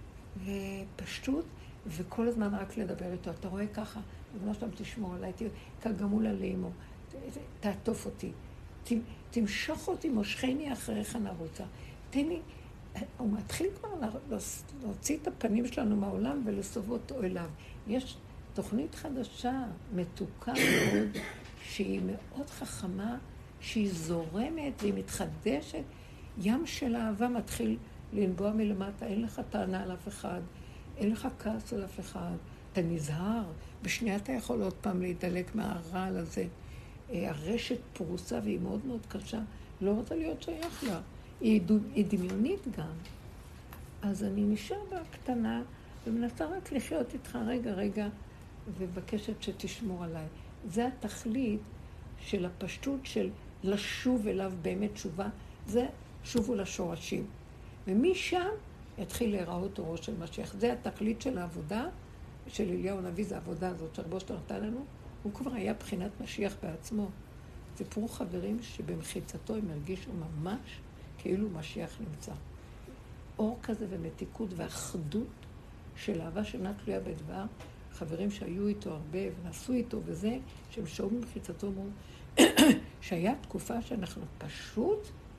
ופשטות, וכל הזמן רק לדבר איתו. אתה רואה ככה, בגלל שאתה תשמור עליי, כגמול עלימו, תעטוף אותי, תמשוך אותי, מושכני אחריך נרוצה. תן לי, הוא מתחיל כבר להוציא את הפנים שלנו מהעולם ולסוב אותו אליו. יש תוכנית חדשה, מתוקה מאוד, שהיא מאוד חכמה, שהיא זורמת והיא מתחדשת. ים של אהבה מתחיל לנבוע מלמטה, אין לך טענה על אף אחד, אין לך כעס על אף אחד, אתה נזהר, בשנייה אתה יכול עוד פעם להידלק מהרעל הזה. הרשת פרוסה והיא מאוד מאוד קשה, לא רוצה להיות שייך לה, היא דמיונית גם. אז אני נשאר בקטנה ומנסה רק לחיות איתך רגע ובקשת שתשמור עליי. זה התכלית של הפשטות של לשוב אליו באמת תשובה, זה שובו לשורשים. ומשם יתחיל להיראות אורו של משיח. זה התכלית של העבודה של אליהו הנביא, זה העבודה הזאת שרבו שאתה נתן לנו. הוא כבר היה בחינת משיח בעצמו. סיפרו חברים שבמחיצתו הם הרגישו ממש כאילו משיח נמצא. אור כזה ומתיקות ואחדות של אהבה שאינה תלויה בדבר. חברים שהיו איתו הרבה ונסו איתו וזה, שהם שואו במחיצתו אמרו, שהיה תקופה שאנחנו פשוט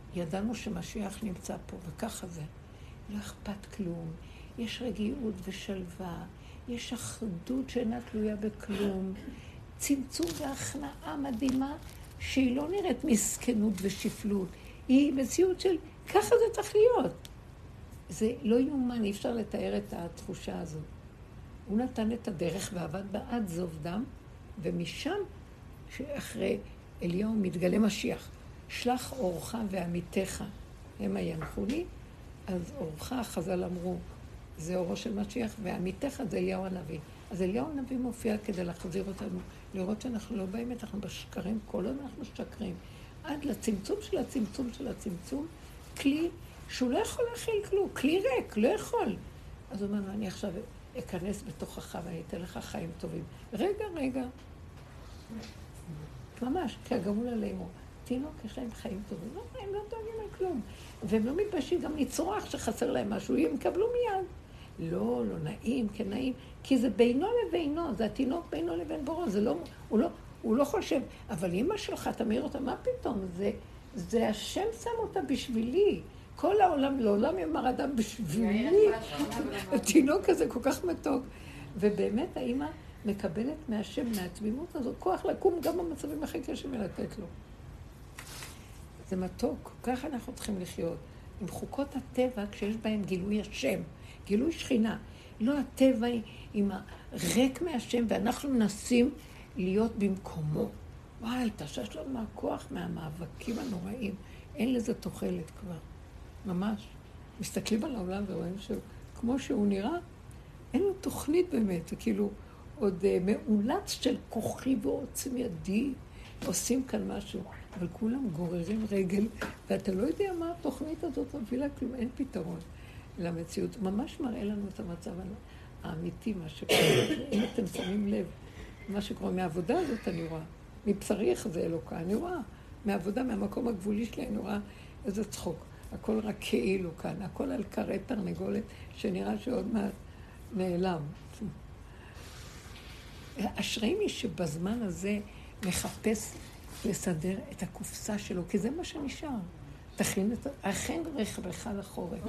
ידענו שמשיח נמצא פה, וככה זה. לא אכפת כלום. יש רגיעות ושלווה, יש אחדות שאינה תלויה בכלום, צמצום והכנעה מדהימה, שהיא לא נראית מסכנות ושפלות, היא מציאות של ככה זה צריך להיות. זה לא יאומן, אי אפשר לתאר את התחושה הזאת. הוא נתן את הדרך ועבד בה עד זוב דם, ומשם, שאחרי אליהו מתגלה משיח, שלח אורך ועמיתך, הם ינחו לי, אז אורך, חז"ל אמרו, זה אורו של משיח, ועמיתך זה אליהו הנביא. אז אליהו הנביא מופיע כדי להחזיר אותנו, לראות שאנחנו לא באמת, אנחנו בשקרים, כל עוד אנחנו שקרים. עד לצמצום של הצמצום של הצמצום, כלי שהוא לא יכול להכיל כלום, כלי ריק, לא יכול. אז הוא אומר, אני עכשיו אכנס בתוכך ואני אתן לך חיים טובים. רגע, ממש, כי הגמול עלינו, תינוק, יש להם חיים טובים. לא, הם לא דואגים על כלום. והם לא מתביישים גם לצרוח שחסר להם משהו, הם יקבלו מיד. לא נעים, כן נעים, כי זה בינו לבינו, זה התינוק בינו לבין בורו, זה לא, הוא לא חושב, אבל אמא שלך, תמיר אותה, מה פתאום? זה השם שם אותה בשבילי. כל העולם, לעולם יאמר אדם בשבילי. התינוק הזה כל כך מתוק. ובאמת האמא מקבלת מהשם, מהתמימות הזאת, כוח לקום גם במצבים הכי קשים ולתת לו. זה מתוק, ככה אנחנו צריכים לחיות. עם חוקות הטבע, כשיש בהם גילוי השם, גילוי שכינה. לא הטבע עם הריק מהשם, ואנחנו מנסים להיות במקומו. וואי, תשש לנו מהכוח, מהמאבקים הנוראים. אין לזה תוחלת כבר. ממש. מסתכלים על העולם ורואים שכמו שהוא נראה, אין לו תוכנית באמת. זה כאילו עוד מאולץ של כוחי ועוצם ידי. עושים כאן משהו, אבל כולם גוררים רגל, ואתה לא יודע מה התוכנית הזאת מובילה, כלום, אין פתרון למציאות. ממש מראה לנו את המצב האמיתי, מה שקורה. אם אתם שמים לב, מה שקורה מהעבודה הזאת אני רואה. מבשרי איך זה אלוקה, אני רואה. מהעבודה, מהמקום הגבולי שלי, אני רואה איזה צחוק. הכל רק כאילו כאן, הכל על קרי תרנגולת, שנראה שעוד מעט נעלם. אשרי מי שבזמן הזה מחפש לסדר את הקופסה שלו, כי זה מה שנשאר. תכין את... אכן רכבך לחורף.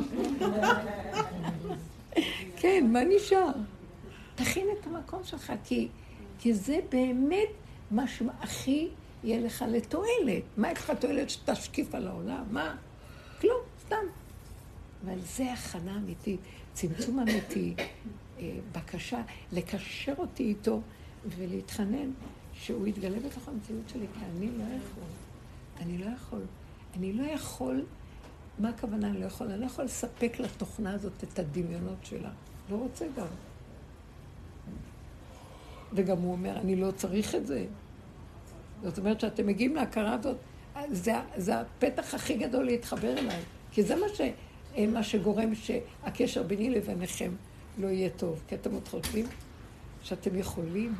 כן, מה נשאר? תכין את המקום שלך, כי זה באמת מה שהכי יהיה לך לתועלת. מה יש לך תועלת שתשקיף על העולם? מה? כלום, סתם. אבל זה הכנה אמיתית, צמצום אמיתי, בקשה, לקשר אותי איתו ולהתחנן שהוא יתגלה בתוך המציאות שלי, כי אני לא יכול, מה הכוונה אני לא יכול? אני לא יכול לספק לתוכנה הזאת את הדמיונות שלה. לא רוצה גם. וגם הוא אומר, אני לא צריך את זה. זאת אומרת שאתם מגיעים להכרה הזאת, זה הפתח הכי גדול להתחבר אליי. כי זה מה שגורם שהקשר ביני לביניכם לא יהיה טוב. כי אתם עוד חושבים שאתם יכולים.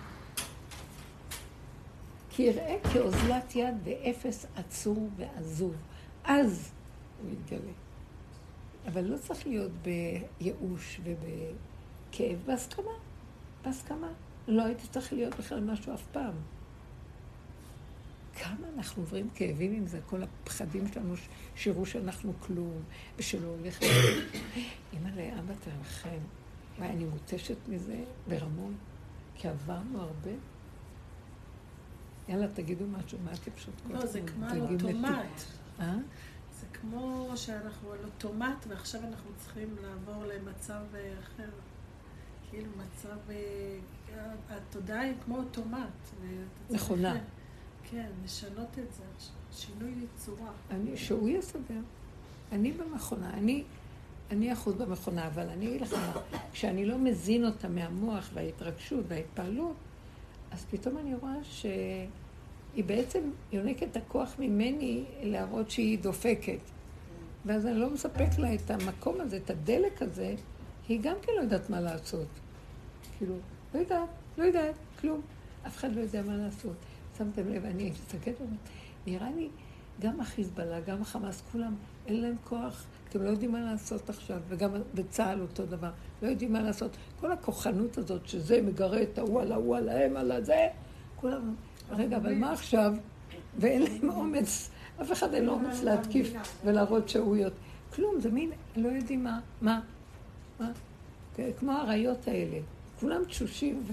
כי יראה כאוזלת יד ואפס עצור ועזוב. אז הוא יתגלה. אבל לא צריך להיות בייאוש ובכאב, בהסכמה. לא הייתי צריך להיות בכלל משהו אף פעם. כמה אנחנו עוברים כאבים עם זה, כל הפחדים שלנו, שירו שאנחנו כלום, ושלא הולך אמא לאבא תרחם. אני מותשת מזה ברמון, כי עברנו הרבה. יאללה, תגידו משהו, מה הטיפשות? לא, זה כמו על אוטומט. זה כמו שאנחנו על אוטומט, ועכשיו אנחנו צריכים לעבור למצב אחר. כאילו מצב, התודעה היא כמו אוטומט. נכונה. כן, לשנות את זה, שינוי צורה. שהוא יסדר. אני במכונה, אני אחוז במכונה, אבל אני אגיד לך, כשאני לא מזין אותה מהמוח וההתרגשות וההתפעלות, אז פתאום אני רואה שהיא בעצם יונקת את הכוח ממני להראות שהיא דופקת. ואז אני לא מספק לה את המקום הזה, את הדלק הזה, היא גם כן לא יודעת מה לעשות. כאילו, לא יודעת, כלום. אף אחד לא יודע מה לעשות. שמתם לב, אני מסתכלת ואומרת, נראה לי, גם החיזבאללה, גם החמאס, כולם, אין להם כוח, אתם לא יודעים מה לעשות עכשיו, וגם בצה"ל אותו דבר, לא יודעים מה לעשות. כל הכוחנות הזאת, שזה מגרה את ההוא על ההוא, על זה, כולם, רגע, אבל מה עכשיו? ואין להם אומץ, אף אחד אין לו אומץ להתקיף ולהראות שהוא יודע. כלום, זה מין, לא יודעים מה. כמו הרעיות האלה. כולם תשושים.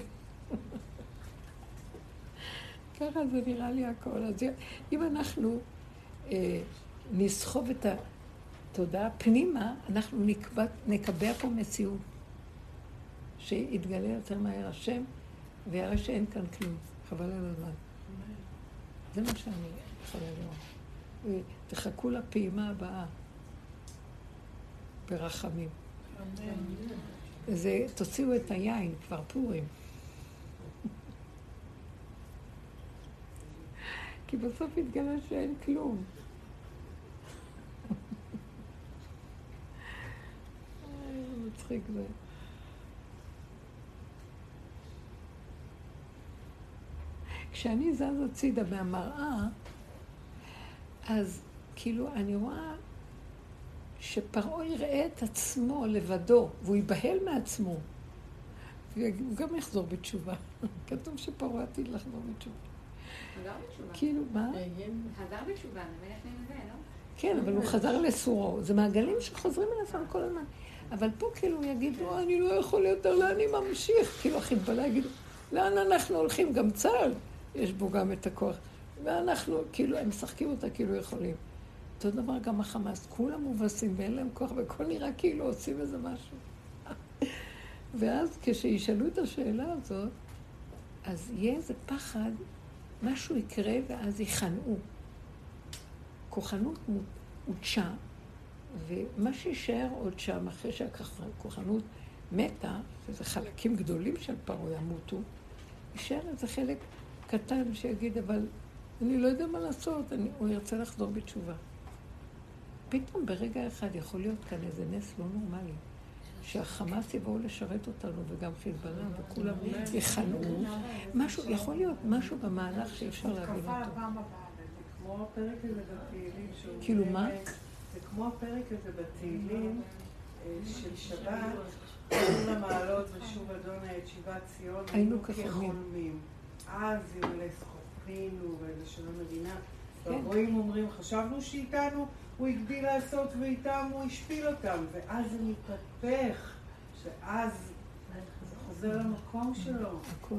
ככה זה נראה לי הכל. אז אם אנחנו נסחוב את התודעה פנימה, אנחנו נקבע פה מציאות. שיתגלה יותר מהר השם, ויראה שאין כאן כלום. חבל על הזמן. זה מה שאני יכולה לראות. תחכו לפעימה הבאה. ברחמים. תוציאו את היין, כבר פורים. כי בסוף יתגלה שאין כלום. מצחיק זה. כשאני זז הצידה מהמראה, אז כאילו אני רואה שפרעה יראה את עצמו לבדו, והוא ייבהל מעצמו. והוא גם יחזור בתשובה. כתוב שפרעה עתיד לחזור בתשובה. חזר בתשובה. כאילו, מה? חזר בתשובה, נמלך מזה, לא? כן, אבל הוא חזר לסורו. זה מעגלים שחוזרים על עצמם כל הזמן. אבל פה כאילו הוא יגיד, לא, אני לא יכול יותר, לאן אני ממשיך? כאילו החיזבאללה יגידו, לאן אנחנו הולכים? גם צה"ל, יש בו גם את הכוח. ואנחנו, כאילו, הם משחקים אותה כאילו יכולים. אותו דבר גם החמאס, כולם מובסים ואין להם כוח, וכל נראה כאילו עושים איזה משהו. ואז כשישאלו את השאלה הזאת, אז יהיה איזה פחד, משהו יקרה ואז יכנעו. כוחנות הודשה, ומה שישאר עוד שם, אחרי שהכוחנות מתה, שזה חלקים גדולים של פרעה ימותו, יישאר איזה חלק קטן שיגיד, אבל אני לא יודע מה לעשות, הוא ירצה לחזור בתשובה. פתאום ברגע אחד יכול להיות כאן איזה נס לא נורמלי, שהחמאס יבואו לשרת אותנו וגם חיזבאללה וכולם יכנעו. משהו, יכול להיות משהו במהלך שאפשר להבין אותו. כמו הפרק הזה בתהילים. כאילו מה? זה כמו הפרק הזה בתהילים של שבת, כל המעלות ושוב אדוני את שיבת ציון, היינו כחולמים. אז יולס חוכמינו ולשון המדינה. והגויים אומרים, חשבנו שאיתנו הוא הגדיל לעשות ואיתם הוא השפיל אותם, ואז זה מתהפך, שאז זה חוזר למקום שלו. הכל.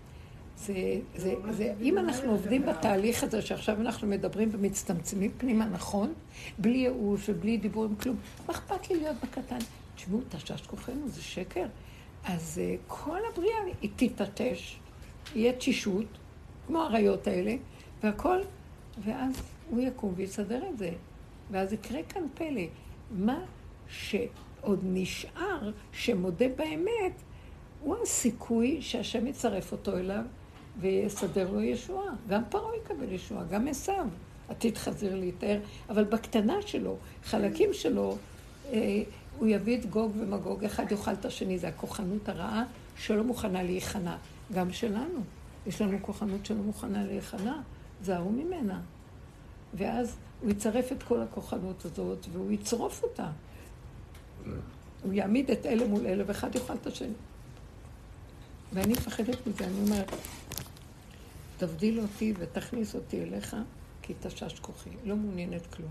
אם אנחנו עובדים בתהליך הזה שעכשיו אנחנו מדברים ומצטמצמים פנימה, נכון? בלי ייאוש ובלי דיבור עם כלום. מה אכפת לי להיות בקטן? תשמעו, תשש כוחנו, זה שקר. אז כל הבריאה היא תתעטש, יהיה תשישות, כמו הרעיות האלה, והכל, ואז הוא יקום ויסדר את זה. ואז יקרה כאן פלא. מה שעוד נשאר, שמודה באמת, הוא הסיכוי שהשם יצרף אותו אליו ויסדר לו ישועה. גם פרעה יקבל ישועה, גם עשיו. עתיד חזיר להתאר, אבל בקטנה שלו, חלקים שלו, הוא יביא את גוג ומגוג, אחד יאכל את השני, זה הכוחנות הרעה שלא מוכנה להיכנע. גם שלנו, יש לנו כוחנות שלא מוכנה להיכנע, זהו ממנה. ואז הוא יצרף את כל הכוחנות הזאת, והוא יצרוף אותה. הוא יעמיד את אלה מול אלה, ואחד יאכל את השני. ואני מפחדת מזה, אני אומרת, תבדיל אותי ותכניס אותי אליך, כי תשש כוחי, לא מעוניינת כלום.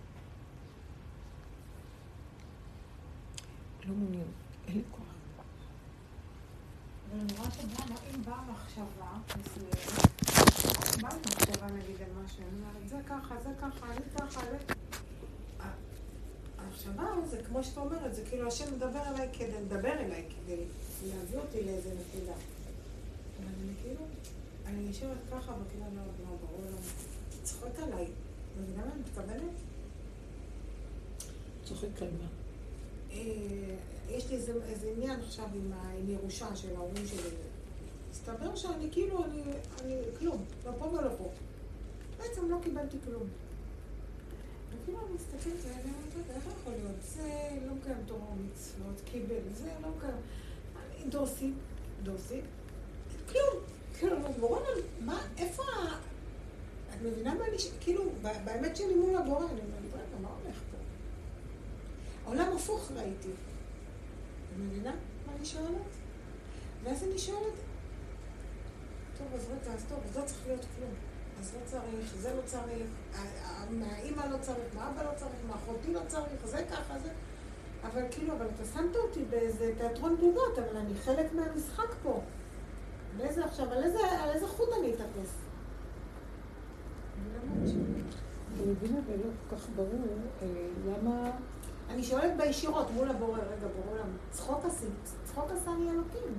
לא מעוניינת, אין לי כוח. ואני רואה אם באה מחשבה מסוימת, באה מחשבה נגיד על משהו, אני אומרת, זה ככה, זה ככה, אני ככה, המחשבה זה כמו שאתה אומרת, זה כאילו השם מדבר אליי כדי לדבר אליי, כדי להביא אותי לאיזה נקודה. אבל אני כאילו, אני נשארת ככה, וכאילו אני לא ברור לו, צחוק עליי. מבינה מה אני מתכוונת? צוחק על מה? יש לי איזה עניין עכשיו עם ירושה של ההורים שלי. הסתבר שאני כאילו, אני כלום, לא פה ולא פה. בעצם לא קיבלתי כלום. וכאילו אני מסתכלת ואני אומרת, איך יכול להיות? זה לא קיים תורה ומצוות, קיבל, זה לא קיים. דוסי, כלום. כאילו, בורונה, מה, איפה את מבינה מה אני, כאילו, באמת שאני מול הבורא, אני אומרת, רגע, מה הולך פה? העולם הפוך ראיתי. את מבינה מה אני שואלת? ואז אני שואלת, טוב, אז רגע, אז טוב, אז לא צריך להיות כלום. אז לא צריך, זה לא צריך, מהאמא לא צריך, מהאבא לא צריך, מאחותי לא צריך, זה ככה, זה. אבל כאילו, אבל אתה שמת אותי באיזה תיאטרון דוגות, אבל אני חלק מהמשחק פה. באיזה עכשיו, על איזה חוט אני אתאפס? אני מבינה ולא כל כך ברור למה... אני שואלת בישירות מול הבורא, רגע, בורא למה? צחוק עשה לי אלוקים.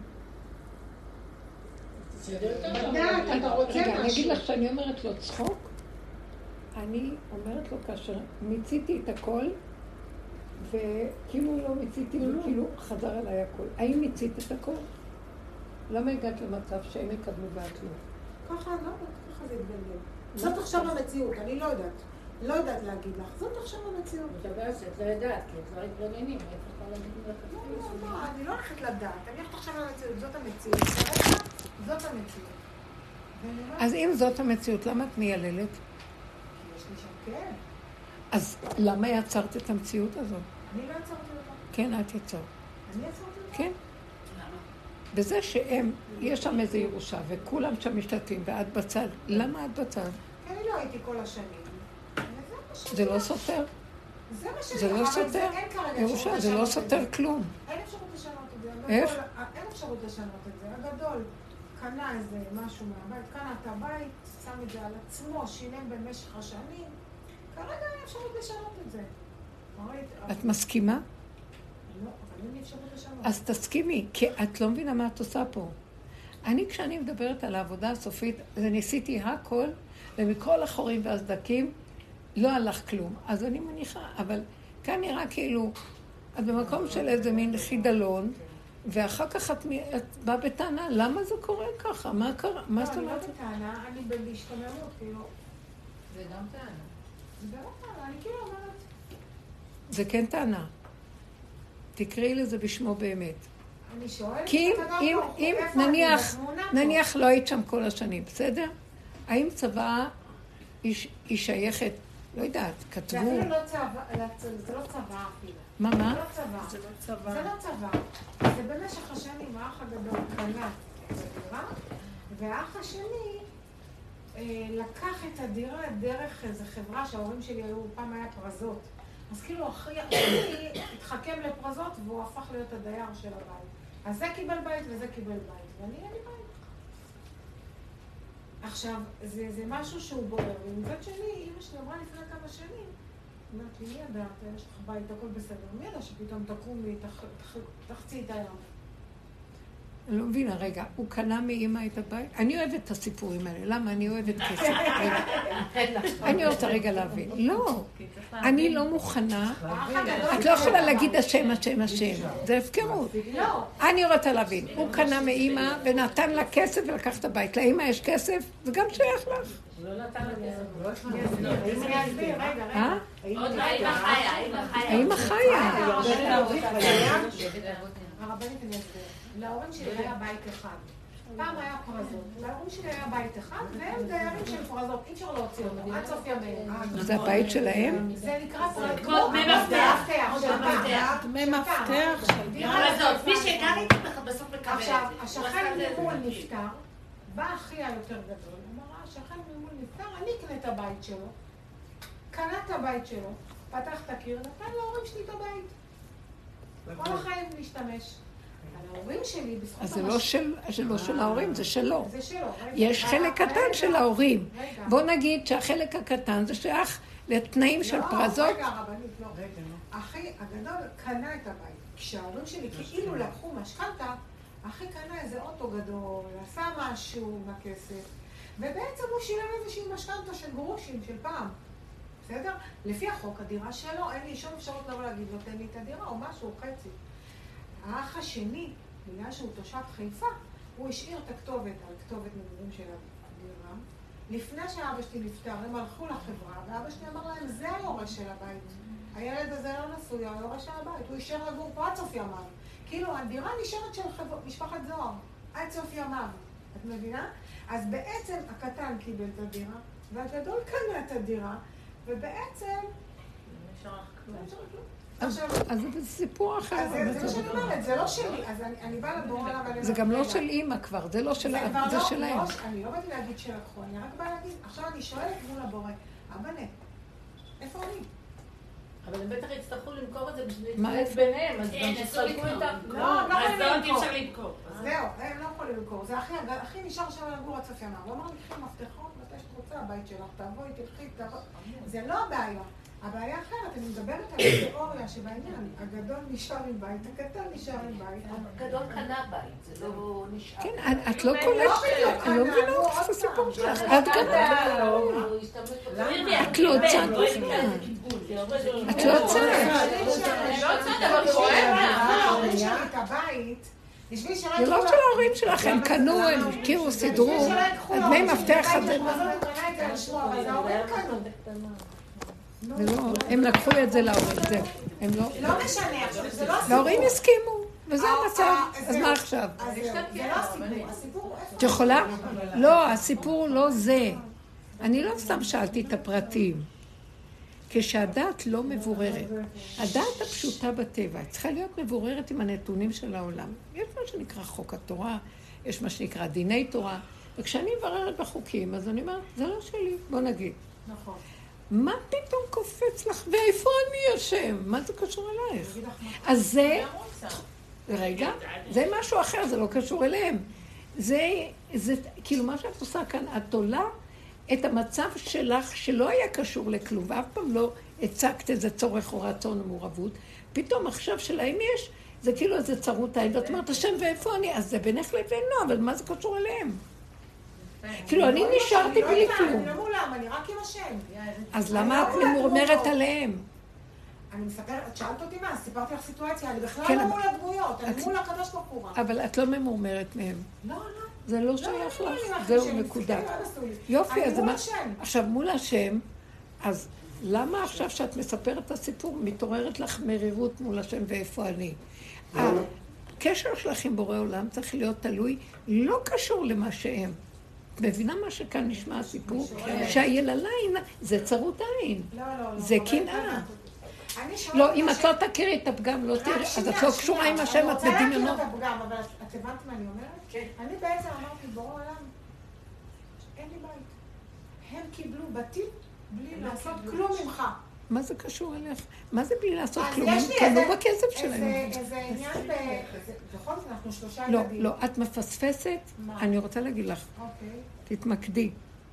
אתה רוצה משהו. רגע, אני אגיד לך שאני אומרת לו צחוק, אני אומרת לו כאשר מיציתי את הכל, וכאילו לא מיציתי, וכאילו חזר אליי הכל. האם מיצית את הכל? למה הגעת למצב שהם יקדמו ואת לא? ככה, לא, ככה זה התגלגל. זאת עכשיו המציאות, אני לא יודעת. לא יודעת להגיד לך, זאת עכשיו המציאות. אתה יודעת שאת לא יודעת, כי את לא התגוננים, את יכולה להגיד לך. לא, אני לא הולכת לדעת, אני הולכת עכשיו למציאות, זאת המציאות. זאת המציאות. אז אם זאת המציאות, למה את מייללת? כי יש לי שם כן. אז למה יצרת את המציאות הזאת? אני לא יצרתי אותה. כן, את יצרת. אני יצרתי אותה? כן. בזה שהם, יש שם איזו ירושה, וכולם שם משתתפים, ואת בצד. למה את בצד? כי אני לא הייתי כל השנים. זה לא סותר. זה מה שאני... זה לא סותר. ירושה, זה לא סותר כלום. אין אפשרות לשנות את זה. איך? אין אפשרות לשנות את זה. הגדול קנה איזה משהו מהבית, קנה את הבית, שם את זה על עצמו, שילם במשך השנים. כרגע אין אפשרות לשנות את זה. את מסכימה? לא, אבל אין אפשרות לשנות. אז תסכימי, כי את לא מבינה מה את עושה פה. כשאני מדברת על העבודה הסופית, זה ניסיתי הכל, ומכל החורים והסדקים, לא הלך כלום. אז אני מניחה, אבל כאן נראה כאילו, את במקום של איזה מין חידלון, ואחר כך את באה בטענה, למה זה קורה ככה? מה קרה? מה זאת אומרת? לא, אני לא בטענה, אני בהשתממות, כאילו... זה גם טענה. זה לא טענה, אני כאילו אומרת... זה כן טענה. תקראי לזה בשמו באמת. אני שואלת... כי אם נניח לא היית שם כל השנים, בסדר? האם צבא היא שייכת, לא יודעת, כתבו... זה אפילו לא צבא, זה לא צבא אפילו. מה? זה לא צבא. זה לא צבא. זה במשך השנים, האח הגדול קנה את הדירה, והאח השני לקח את הדירה דרך איזו חברה שההורים שלי היו, פעם היה פרזות. אז כאילו אחי התחכם לפרזות והוא הפך להיות הדייר של הבית. אז זה קיבל בית וזה קיבל בית, ואני אין לי בית. עכשיו, זה משהו שהוא בוער, ומצד שני, אמא שלי אמרה לפני כמה שנים, אומרת לי, מי ידעת, יש לך בית, הכל בסדר, מי ידע שפתאום תקומי, תחצי את הים. אני לא מבינה, רגע, הוא קנה מאמא את הבית? אני אוהבת את הסיפורים האלה, למה? אני אוהבת כסף. אני רוצה רגע להבין. לא, אני לא מוכנה, את לא יכולה להגיד השם, השם, השם. זה הפקרות. אני רוצה להבין, הוא קנה מאמא ונתן לה כסף ולקח את הבית. לאמא יש כסף, זה גם שייך לך. הוא לא נתן לכסף. אני אסביר, רגע. עוד לא האמא חיה, האמא חיה. הרבנית אני אסביר. להורים שלי היה בית אחד. פעם היה פרזות. להורים שלי היה בית אחד, והם דיירים של פרזות. אי אפשר להוציא אותם, עד סוף ימיהם. זה הבית שלהם? זה נקרא פרזות. דמי מפתח. דמי מפתח של פרזות. מי שגר איתי בסוף מקבל. עכשיו, השכן ממול נפטר, בא אחי היותר גדול, אמרה, השכן ממול נפטר, אני אקנה את הבית שלו. קנה את הבית שלו, פתח את הקיר, נתן להורים שלי את הבית. כל החיים להשתמש. ההורים שלי, בזכות אז זה לא של ההורים, זה שלו. זה שלו. יש חלק קטן של ההורים. בוא נגיד שהחלק הקטן זה שייך לתנאים של פרזות. רגע, רבנית, לא. אחי הגדול קנה את הבית. כשההורים שלי כאילו לקחו משכנתה, אחי קנה איזה אוטו גדול, עשה משהו עם הכסף, ובעצם הוא שילם איזושהי משכנתה של גרושים של פעם. בסדר? לפי החוק, הדירה שלו, אין לי שום אפשרות לבוא להגיד לו, תן לי את הדירה או משהו, חצי. האח השני, בגלל שהוא תושב חיפה, הוא השאיר את הכתובת על כתובת מגורים של הדירה. לפני שאבא שלי נפטר, הם הלכו לחברה, ואבא שלי אמר להם, זה היורש של הבית. הילד הזה לא נשוי, היורש של הבית. הוא יישאר לגור פה עד סוף ימיו. כאילו, הדירה נשארת של משפחת זוהר, עד סוף ימיו. את מבינה? אז בעצם הקטן קיבל את הדירה, והגדול קנה את הדירה, ובעצם... אז זה סיפור אחר. אז זה מה שאני אומרת, זה לא שלי. אז אני באה לבורא עליו. זה גם לא של אימא כבר, זה לא של האב, זה שלהם. אני לא באתי להגיד שלקחו, אני רק באה להגיד, עכשיו אני שואלת מול הבורא, אבא'לה, איפה אני? אבל הם בטח יצטרכו למכור את זה בשביל להתחלק ביניהם, אז גם תצטרכו איתם. לא, הם לא יכולים למכור. למכור. זהו, הם לא יכולים למכור. זה הכי נשאר שם לגור הצפי אמר. הוא אמר לי, קחי מפתחות, מתי שאת רוצה, הבית שלך, תבואי, תלכי, תבואי. זה לא הבעיה. הבעיה אחרת, אני מדברת על התיאוריה שבעניין. הגדול נשאר עם בית, הקטן נשאר עם בית. הגדול קנה בית, זה לא נשאר. כן, את לא קולטת, אני לא מבינה את הסיפור שלך. את גם את לא צעת בכלל. את לא צעת. אבל כואב זה לא של ההורים שלכם, קנו, הם הכירו, סידרו, דמי מפתח הזה. הם לקחו את זה להורים, זהו. הם לא... לא משנה, עכשיו, זה לא הסיפור. להורים הסכימו, וזה המצב. אז מה עכשיו? זה לא הסיפור, הסיפור... את יכולה? לא, הסיפור לא זה. אני לא סתם שאלתי את הפרטים. כשהדעת לא מבוררת, הדעת הפשוטה בטבע צריכה להיות מבוררת עם הנתונים של העולם. יש מה שנקרא חוק התורה, יש מה שנקרא דיני תורה, וכשאני מבררת בחוקים, אז אני אומרת, זה לא שלי, בוא נגיד. נכון. מה פתאום קופץ לך? ואיפה אני אשם? מה זה קשור אלייך? אז זה... רגע, זה משהו אחר, זה לא קשור אליהם. זה כאילו מה שאת עושה כאן, את עולה את המצב שלך שלא היה קשור לכלום, ואף פעם לא הצגת איזה צורך או רצון או מעורבות. פתאום עכשיו שלהם יש, זה כאילו איזה צרות העין, ואת אומרת, השם ואיפה אני? אז זה בינך לבינו, אבל מה זה קשור אליהם? כאילו, אני נשארתי בלי כלום. אני לא מולם, אני רק עם השם. אז למה את ממורמרת עליהם? אני מספרת, את שאלת אותי מה, סיפרתי לך סיטואציה, אני בכלל לא מול הדמויות, אני מול הקדוש ברוך הוא. אבל את לא ממורמרת מהם. לא, לא. זה לא שייך לך, זהו נקודה. יופי, אז מה... עכשיו, מול השם, אז למה עכשיו שאת מספרת את הסיפור, מתעוררת לך מרירות מול השם ואיפה אני? הקשר שלך עם בורא עולם צריך להיות תלוי, לא קשור למה שהם. מבינה מה שכאן נשמע הסיפור? שהיללה זה צרות עין, זה קנאה. לא, אם את לא תכירי את הפגם, לא תראי, אז את לא קשורה עם השם, את בדמיונות. את הפגם, אבל את הבנת מה אני אומרת? כן. אני בעצם אמרתי, בורא עולם, אין לי בית. הם קיבלו בתים בלי לעשות כלום ממך. מה זה קשור אליך? מה זה בלי לעשות כלום? הם קנו בכסף שלהם. איזה עניין בכל זאת, אנחנו 3 ילדים. לא, את מפספסת, אני רוצה להגיד לך, תתמקדי.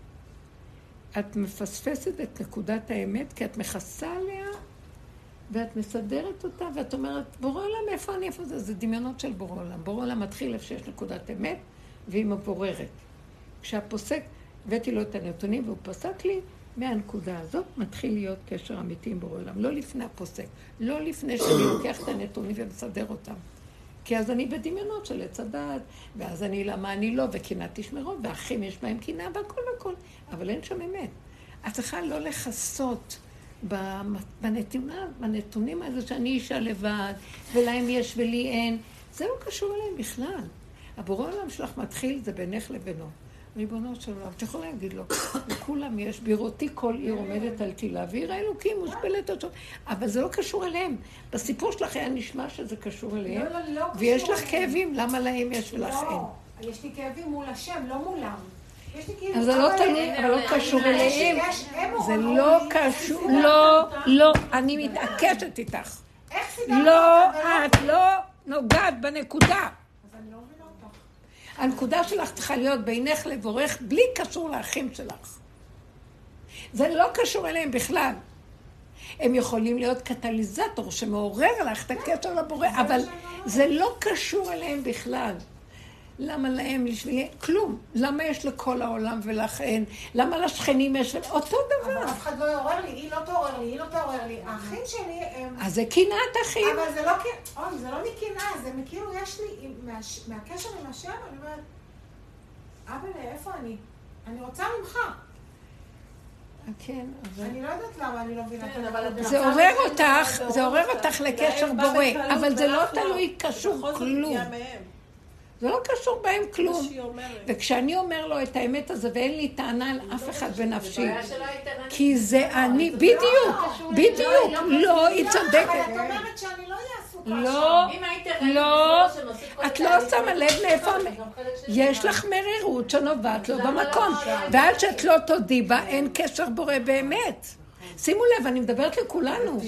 את מפספסת את נקודת האמת, כי את מכסה עליה, ואת מסדרת אותה, ואת אומרת, בורא עולם, איפה אני, איפה זה? זה דמיונות של בורא עולם. בורא עולם מתחיל איפה שיש נקודת אמת, והיא מבוררת. כשהפוסק, הבאתי לו את הנתונים, והוא פסק לי, מהנקודה הזאת מתחיל להיות קשר אמיתי עם בורא עולם. לא לפני הפוסק, לא לפני שאני לוקח את הנתונים ומסדר אותם. כי אז אני בדמיונות של עץ הדעת, ואז אני למה אני לא, וקנאה תשמרו, ואחים יש בהם קנאה, והכל והכל. אבל אין שם אמת. את צריכה לא לחסות בנתונים האלה שאני אישה לבד, ולהם יש ולי אין. זה לא קשור אליהם בכלל. הבורא עולם שלך מתחיל, זה בינך לבינו. ריבונו של עולם, אתה יכול להגיד לו, לכולם יש, בראותי כל עיר עומדת על תילה, ועיר האלוקים מושפלת אותו, אבל זה לא קשור אליהם. בסיפור שלך היה נשמע שזה קשור אליהם, ויש לך כאבים, למה להם יש ולך אין? לא, יש לי כאבים מול השם, לא מולם. אז זה לא תלוי, אבל לא קשור אליהם. זה לא קשור, לא, אני מתעקשת איתך. לא, את לא נוגעת בנקודה. הנקודה שלך צריכה להיות בינך לבורך בלי קשור לאחים שלך. זה לא קשור אליהם בכלל. הם יכולים להיות קטליזטור שמעורר לך את הקשר לבורא, אבל זה לא קשור אליהם בכלל. למה להם, לשבילי, כלום. למה יש לכל העולם ולך אין? למה לשכנים יש אותו דבר? אבל אף אחד לא יעורר לי, היא לא תעורר לי, היא לא תעורר לי. האחים שלי הם... אז זה קנאת אחים. אבל זה לא קנאה, אוי, זה לא מקנאה, זה כאילו יש לי, מהקשר עם השם, אני אומרת, אבא, איפה אני? אני רוצה ממך. כן, אבל... אני לא יודעת למה אני לא מבינה. זה עורר אותך לקשר בורא, אבל זה לא תלוי קשור כלום. זה לא קשור בהם כלום. וכשאני אומר לו את האמת הזה, ואין לי טענה על אף אחד בנפשי, כי זה אני, בדיוק, לא, היא צודקת. את אומרת שאני לא אעשו ככה. לא, את לא שמה לב מאיפה, יש לך מרירות שנובעת לו במקום, ועד שאת לא תודי בה, אין קשר בורא באמת. שימו לב, אני מדברת לכולנו.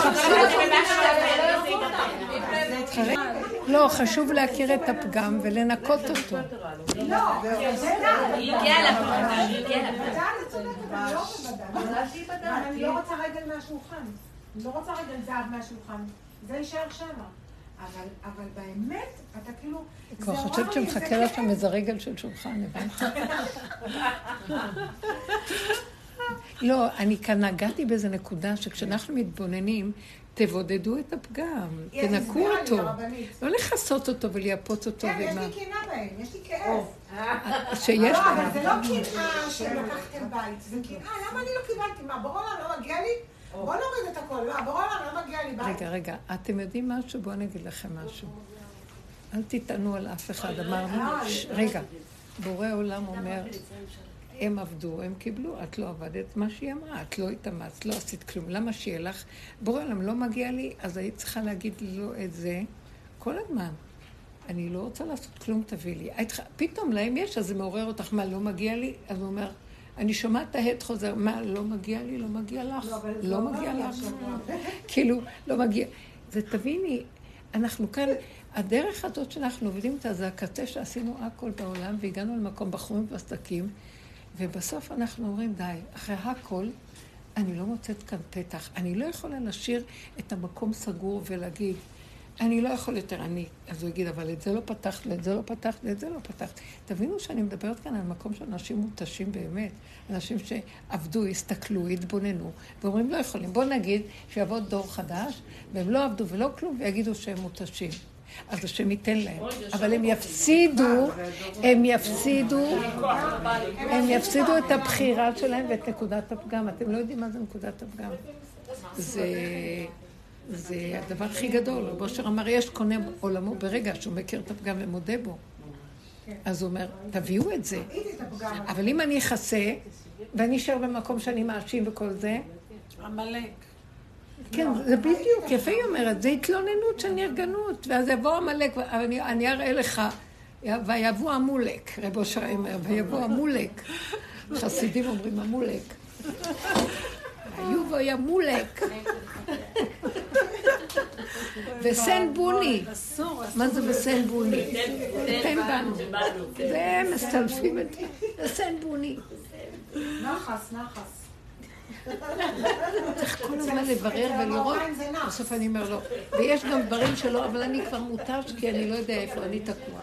לא, חשוב להכיר את הפגם ולנקות אותו. לא, היא הגיעה לפגם, היא הגיעה לפגם. אני לא רוצה רגל מהשולחן. אני לא רוצה רגל זהב מהשולחן. זה יישאר שמה. אבל באמת, אתה כאילו... כבר חושבת שמחכה לה שם איזה רגל של שולחן, הבנת? לא, אני כאן נגעתי באיזה נקודה שכשאנחנו מתבוננים, תבודדו את הפגם, תנקו אותו. לא לחסות אותו ולייפות אותו. כן, יש לי קינה בהם, יש לי כאב. שיש לא, אבל בהם. זה לא קנאה שלקחתם בית, זה קנאה, למה אני לא קיבלתי? מה, ברולם לא מגיע לי? בוא נוריד את הכל, לא, ברולם לא מגיע לי בית. רגע, אתם יודעים משהו? בואו נגיד לכם משהו. אל תתענו על אף אחד, אמרנו. רגע, בורא עולם אומר, הם עבדו, הם קיבלו, את לא עבדת מה שהיא אמרה, את לא התאמצת, לא עשית כלום. למה שיהיה לך? בורא עולם לא מגיע לי, אז היית צריכה להגיד לו את זה כל הזמן. אני לא רוצה לעשות כלום, תביא לי. פתאום להם יש, אז זה מעורר אותך, מה, לא מגיע לי? אז הוא אומר, אני שומעת את ההד חוזר, מה, לא מגיע לי, לא מגיע לך, לא מגיע לך. כאילו, לא מגיע. זה תביני, אנחנו כאן, הדרך הזאת שאנחנו עובדים אותה, זה הקצה שעשינו הכל בעולם, והגענו למקום בחורים ועסקים, ובסוף אנחנו אומרים, די, אחרי הכל, אני לא מוצאת כאן פתח. אני לא יכולה להשאיר את המקום סגור ולהגיד, אני לא יכול יותר, אז הוא יגיד, אבל את זה לא פתחת, את זה לא פתחת, את זה לא פתחת. תבינו שאני מדברת כאן על מקום שאנשים מותשים באמת. אנשים שעבדו, הסתכלו, התבוננו, ואומרים, לא יכולים. בוא נגיד שיעבוד דור חדש, והם לא עבדו ולא כלום, ויגידו שהם מותשים. אז השם ייתן להם. אבל הם יפסידו את הבחירה שלהם ואת נקודת הפגם. אתם לא יודעים מה זה נקודת הפגם. זה הדבר הכי גדול. רב אושר אמר, יש קונה עולמו ברגע שהוא מכיר את הפגם ומודה בו. אז הוא אומר, תביאו את זה. אבל אם אני אכסה, ואני אשאר במקום שאני מאשים וכל זה, עמלק. כן, זה בדיוק, יפה היא אומרת, זה התלוננות של נרגנות, ואז יבוא עמלק, אני אראה לך, ויבוא המולק, רב אושר אומר, ויבוא המולק. חסידים אומרים המולק. היו ויהיה מולק. וסן בוני. מה זה בסן בוני? תן בנו. זה מסתלפים את זה. סן בוני. נחס. צריך כל הזמן לברר ולראות. בסוף אני אומר לו. ויש גם דברים שלא, אבל אני כבר מותש כי אני לא יודע איפה, אני תקוע.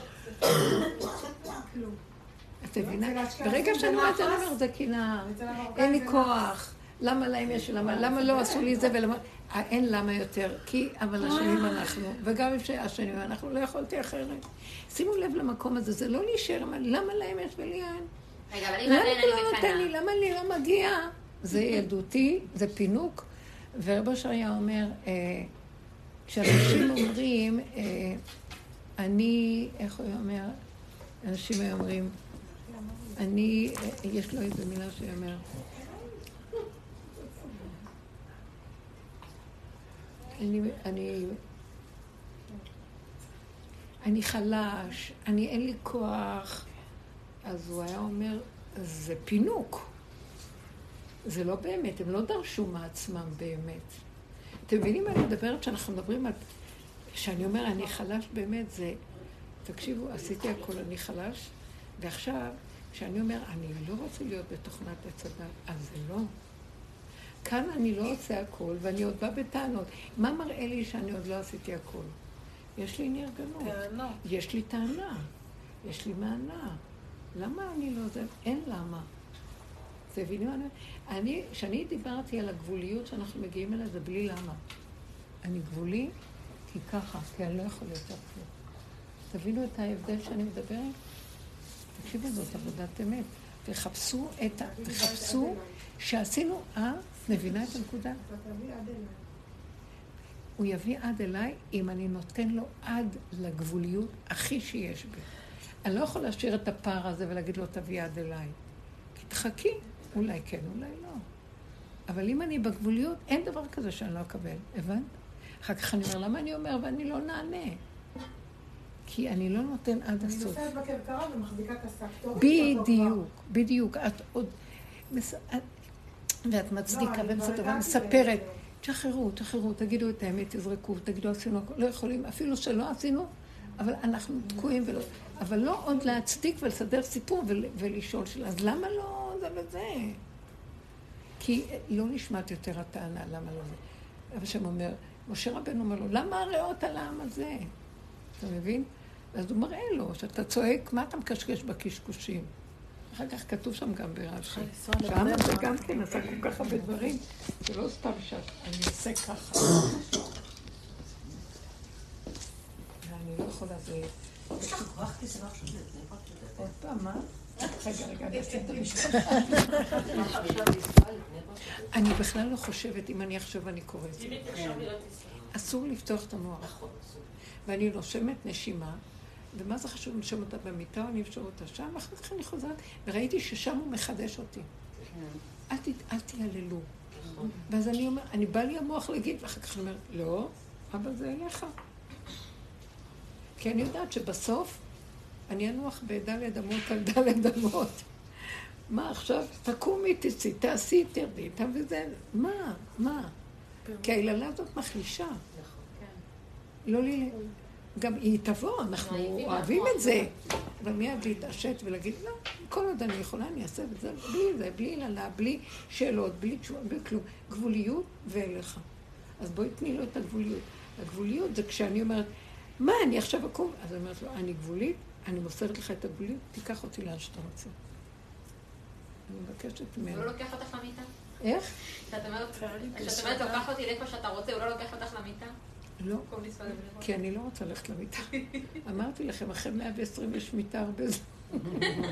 את מבינה? ברגע שאני אומרת, אני אומר, זה קנאה. אין לי כוח. למה להם יש, למה לא עשו לי זה ולמה... אין למה יותר, כי אבל השנים אנחנו, וגם השנים אנחנו לא יכולתי אחרת. שימו לב למקום הזה, זה לא להישאר, למה להם יש ולי אין? רגע, אבל אם עדיין אני מקנה. למה לי לא מגיע? זה ילדותי, זה פינוק, ורב אושר היה אומר, כשאנשים אומרים, אני, איך הוא אומר, אנשים היו אומרים, אני, יש לו איזו מילה שאומר, אני חלש, אין לי כוח. אז הוא היה אומר, זה פינוק. זה לא באמת, הם לא דרשו מעצמם באמת. אתם מבינים מה אני מדברת? שאנחנו מדברים על... שאני אומר, אני חלש באמת, זה... תקשיבו, עשיתי הכל, אני חלש, ועכשיו, כשאני אומר, אני לא רוצה להיות בתוכנת עץ הדת, אז זה לא. כאן אני לא עושה הכל, ואני עוד באה בטענות. מה מראה לי שאני עוד לא עשיתי הכל? יש לי נרגנות. יש לי טענה. יש לי מענה. למה אני לא זה? אין למה. זה הבינו? כשאני דיברתי על הגבוליות שאנחנו מגיעים אליה, זה בלי למה. אני גבולי כי ככה, כי אני לא יכול יותר כלום. תבינו את ההבדל שאני מדברת? תקשיבו, זאת עבודת אמת. וחפשו שעשינו, מבינה את הנקודה? הוא יביא עד אליי אם אני נותן לו עד לגבוליות הכי שיש בי. אני לא יכולה להשאיר את הפער הזה ולהגיד לו, תביא יד אליי. כי תחכי, אולי כן, אולי לא. אבל אם אני בגבוליות, אין דבר כזה שאני לא אקבל, הבנת? אחר כך אני אומר, למה אני אומר ואני לא נענה? כי אני לא נותן עד הסוף. אני נוסעת בקרקרה ומחזיקה את השק. בדיוק, בדיוק. את עוד... ואת מצדיקה ומספרת. תשחררו, תגידו את האמת, תזרקו, תגידו עשינו, לא יכולים, אפילו שלא עשינו, אבל אנחנו תקועים ולא... אבל לא עוד להצדיק ולסדר סיפור ולשאול שלה, אז למה לא זה וזה? כי לא נשמעת יותר הטענה, למה לא זה? אבל שם אומר, משה רבנו אומר לו, למה הריאות על העם הזה? אתה מבין? אז הוא מראה לו, שאתה צועק, מה אתה מקשקש בקשקושים? אחר כך כתוב שם גם ברש"י. שם זה גם כן עשה כל כך הרבה דברים, זה לא סתם שאני עושה ככה. ואני לא יכולה, זה... עוד פעם, מה? רגע, אני אעשה את המשפחה. אני בכלל לא חושבת, אם אני עכשיו אני קוראת. אסור לפתוח את המוח. ואני נושמת נשימה, ומה זה חשוב לנשום אותה במיטה, או אני אנשום אותה שם, אחר כך אני חוזרת, וראיתי ששם הוא מחדש אותי. אל תיעללו. ואז אני אומר, אני בא לי המוח להגיד, ואחר כך אני אומרת, לא, אבל זה אליך. כי אני יודעת שבסוף אני אנוח בדלת אמות על דלת אמות. מה עכשיו? תקומי, תצאי, תעשי, תרדי, וזה, מה? כי ההיללה הזאת מחלישה. לא לי, גם היא תבוא, אנחנו אוהבים את זה. אבל מיד להתעשת ולהגיד, לא, כל עוד אני יכולה, אני אעשה את זה, בלי היללה, בלי שאלות, בלי תשובה, בלי כלום. גבוליות ואליך. אז בואי תני לו את הגבוליות. הגבוליות זה כשאני אומרת, מה, אני עכשיו אקום? אז אני אומרת לו, אני גבולית, אני מוסרת לך את הגבוליות, תיקח אותי לאן שאתה רוצה. אני מבקשת ממנו. הוא לא לוקח אותך למיטה? איך? כשאת אומרת, לוקח אותי לאיפה שאתה רוצה, הוא לא לוקח אותך למיטה? לא, כי אני לא רוצה ללכת למיטה. אמרתי לכם, אחרי 120 יש מיטה הרבה זמן.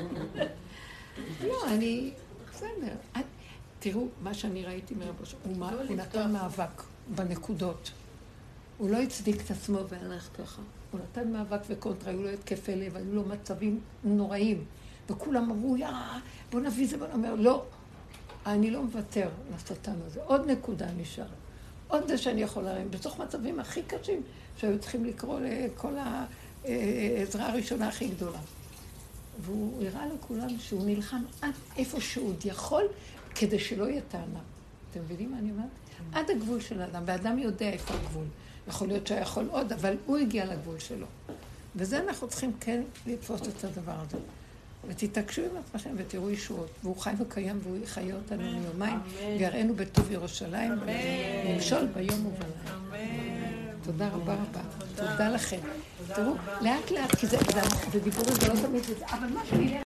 לא, אני... בסדר. תראו, מה שאני ראיתי מרבוש, הוא נתן מאבק בנקודות. הוא לא הצדיק את עצמו והלך ככה. הוא נתן מאבק וקונטרה, היו לו התקפי לב, היו לו מצבים נוראים. וכולם אמרו, בוא נביא זה, בוא נאמר, לא. אני לא מוותר לשטן הזה. עוד נקודה נשאר. עוד זה שאני יכול להרים, בתוך מצבים הכי קשים, שהיו צריכים לקרוא לכל העזרה הראשונה הכי גדולה. והוא הראה לכולם שהוא נלחם עד איפה שהוא עוד יכול, כדי שלא יהיה טענה. אתם מבינים מה אני אומרת? עד הגבול של האדם, והאדם יודע איפה הגבול. יכול להיות שהיה יכול עוד, אבל הוא הגיע לגבול שלו. וזה אנחנו צריכים כן לתפוס את הדבר הזה. ותתעקשו עם עצמכם ותראו ישועות. והוא חי וקיים והוא יחיה אותנו מיומיים, ויראינו בטוב ירושלים, ונמשול ביום ובלילה. תודה רבה רבה. תודה לכם. תראו, לאט לאט, כי זה דיבורים, זה לא תמיד זה, אבל מה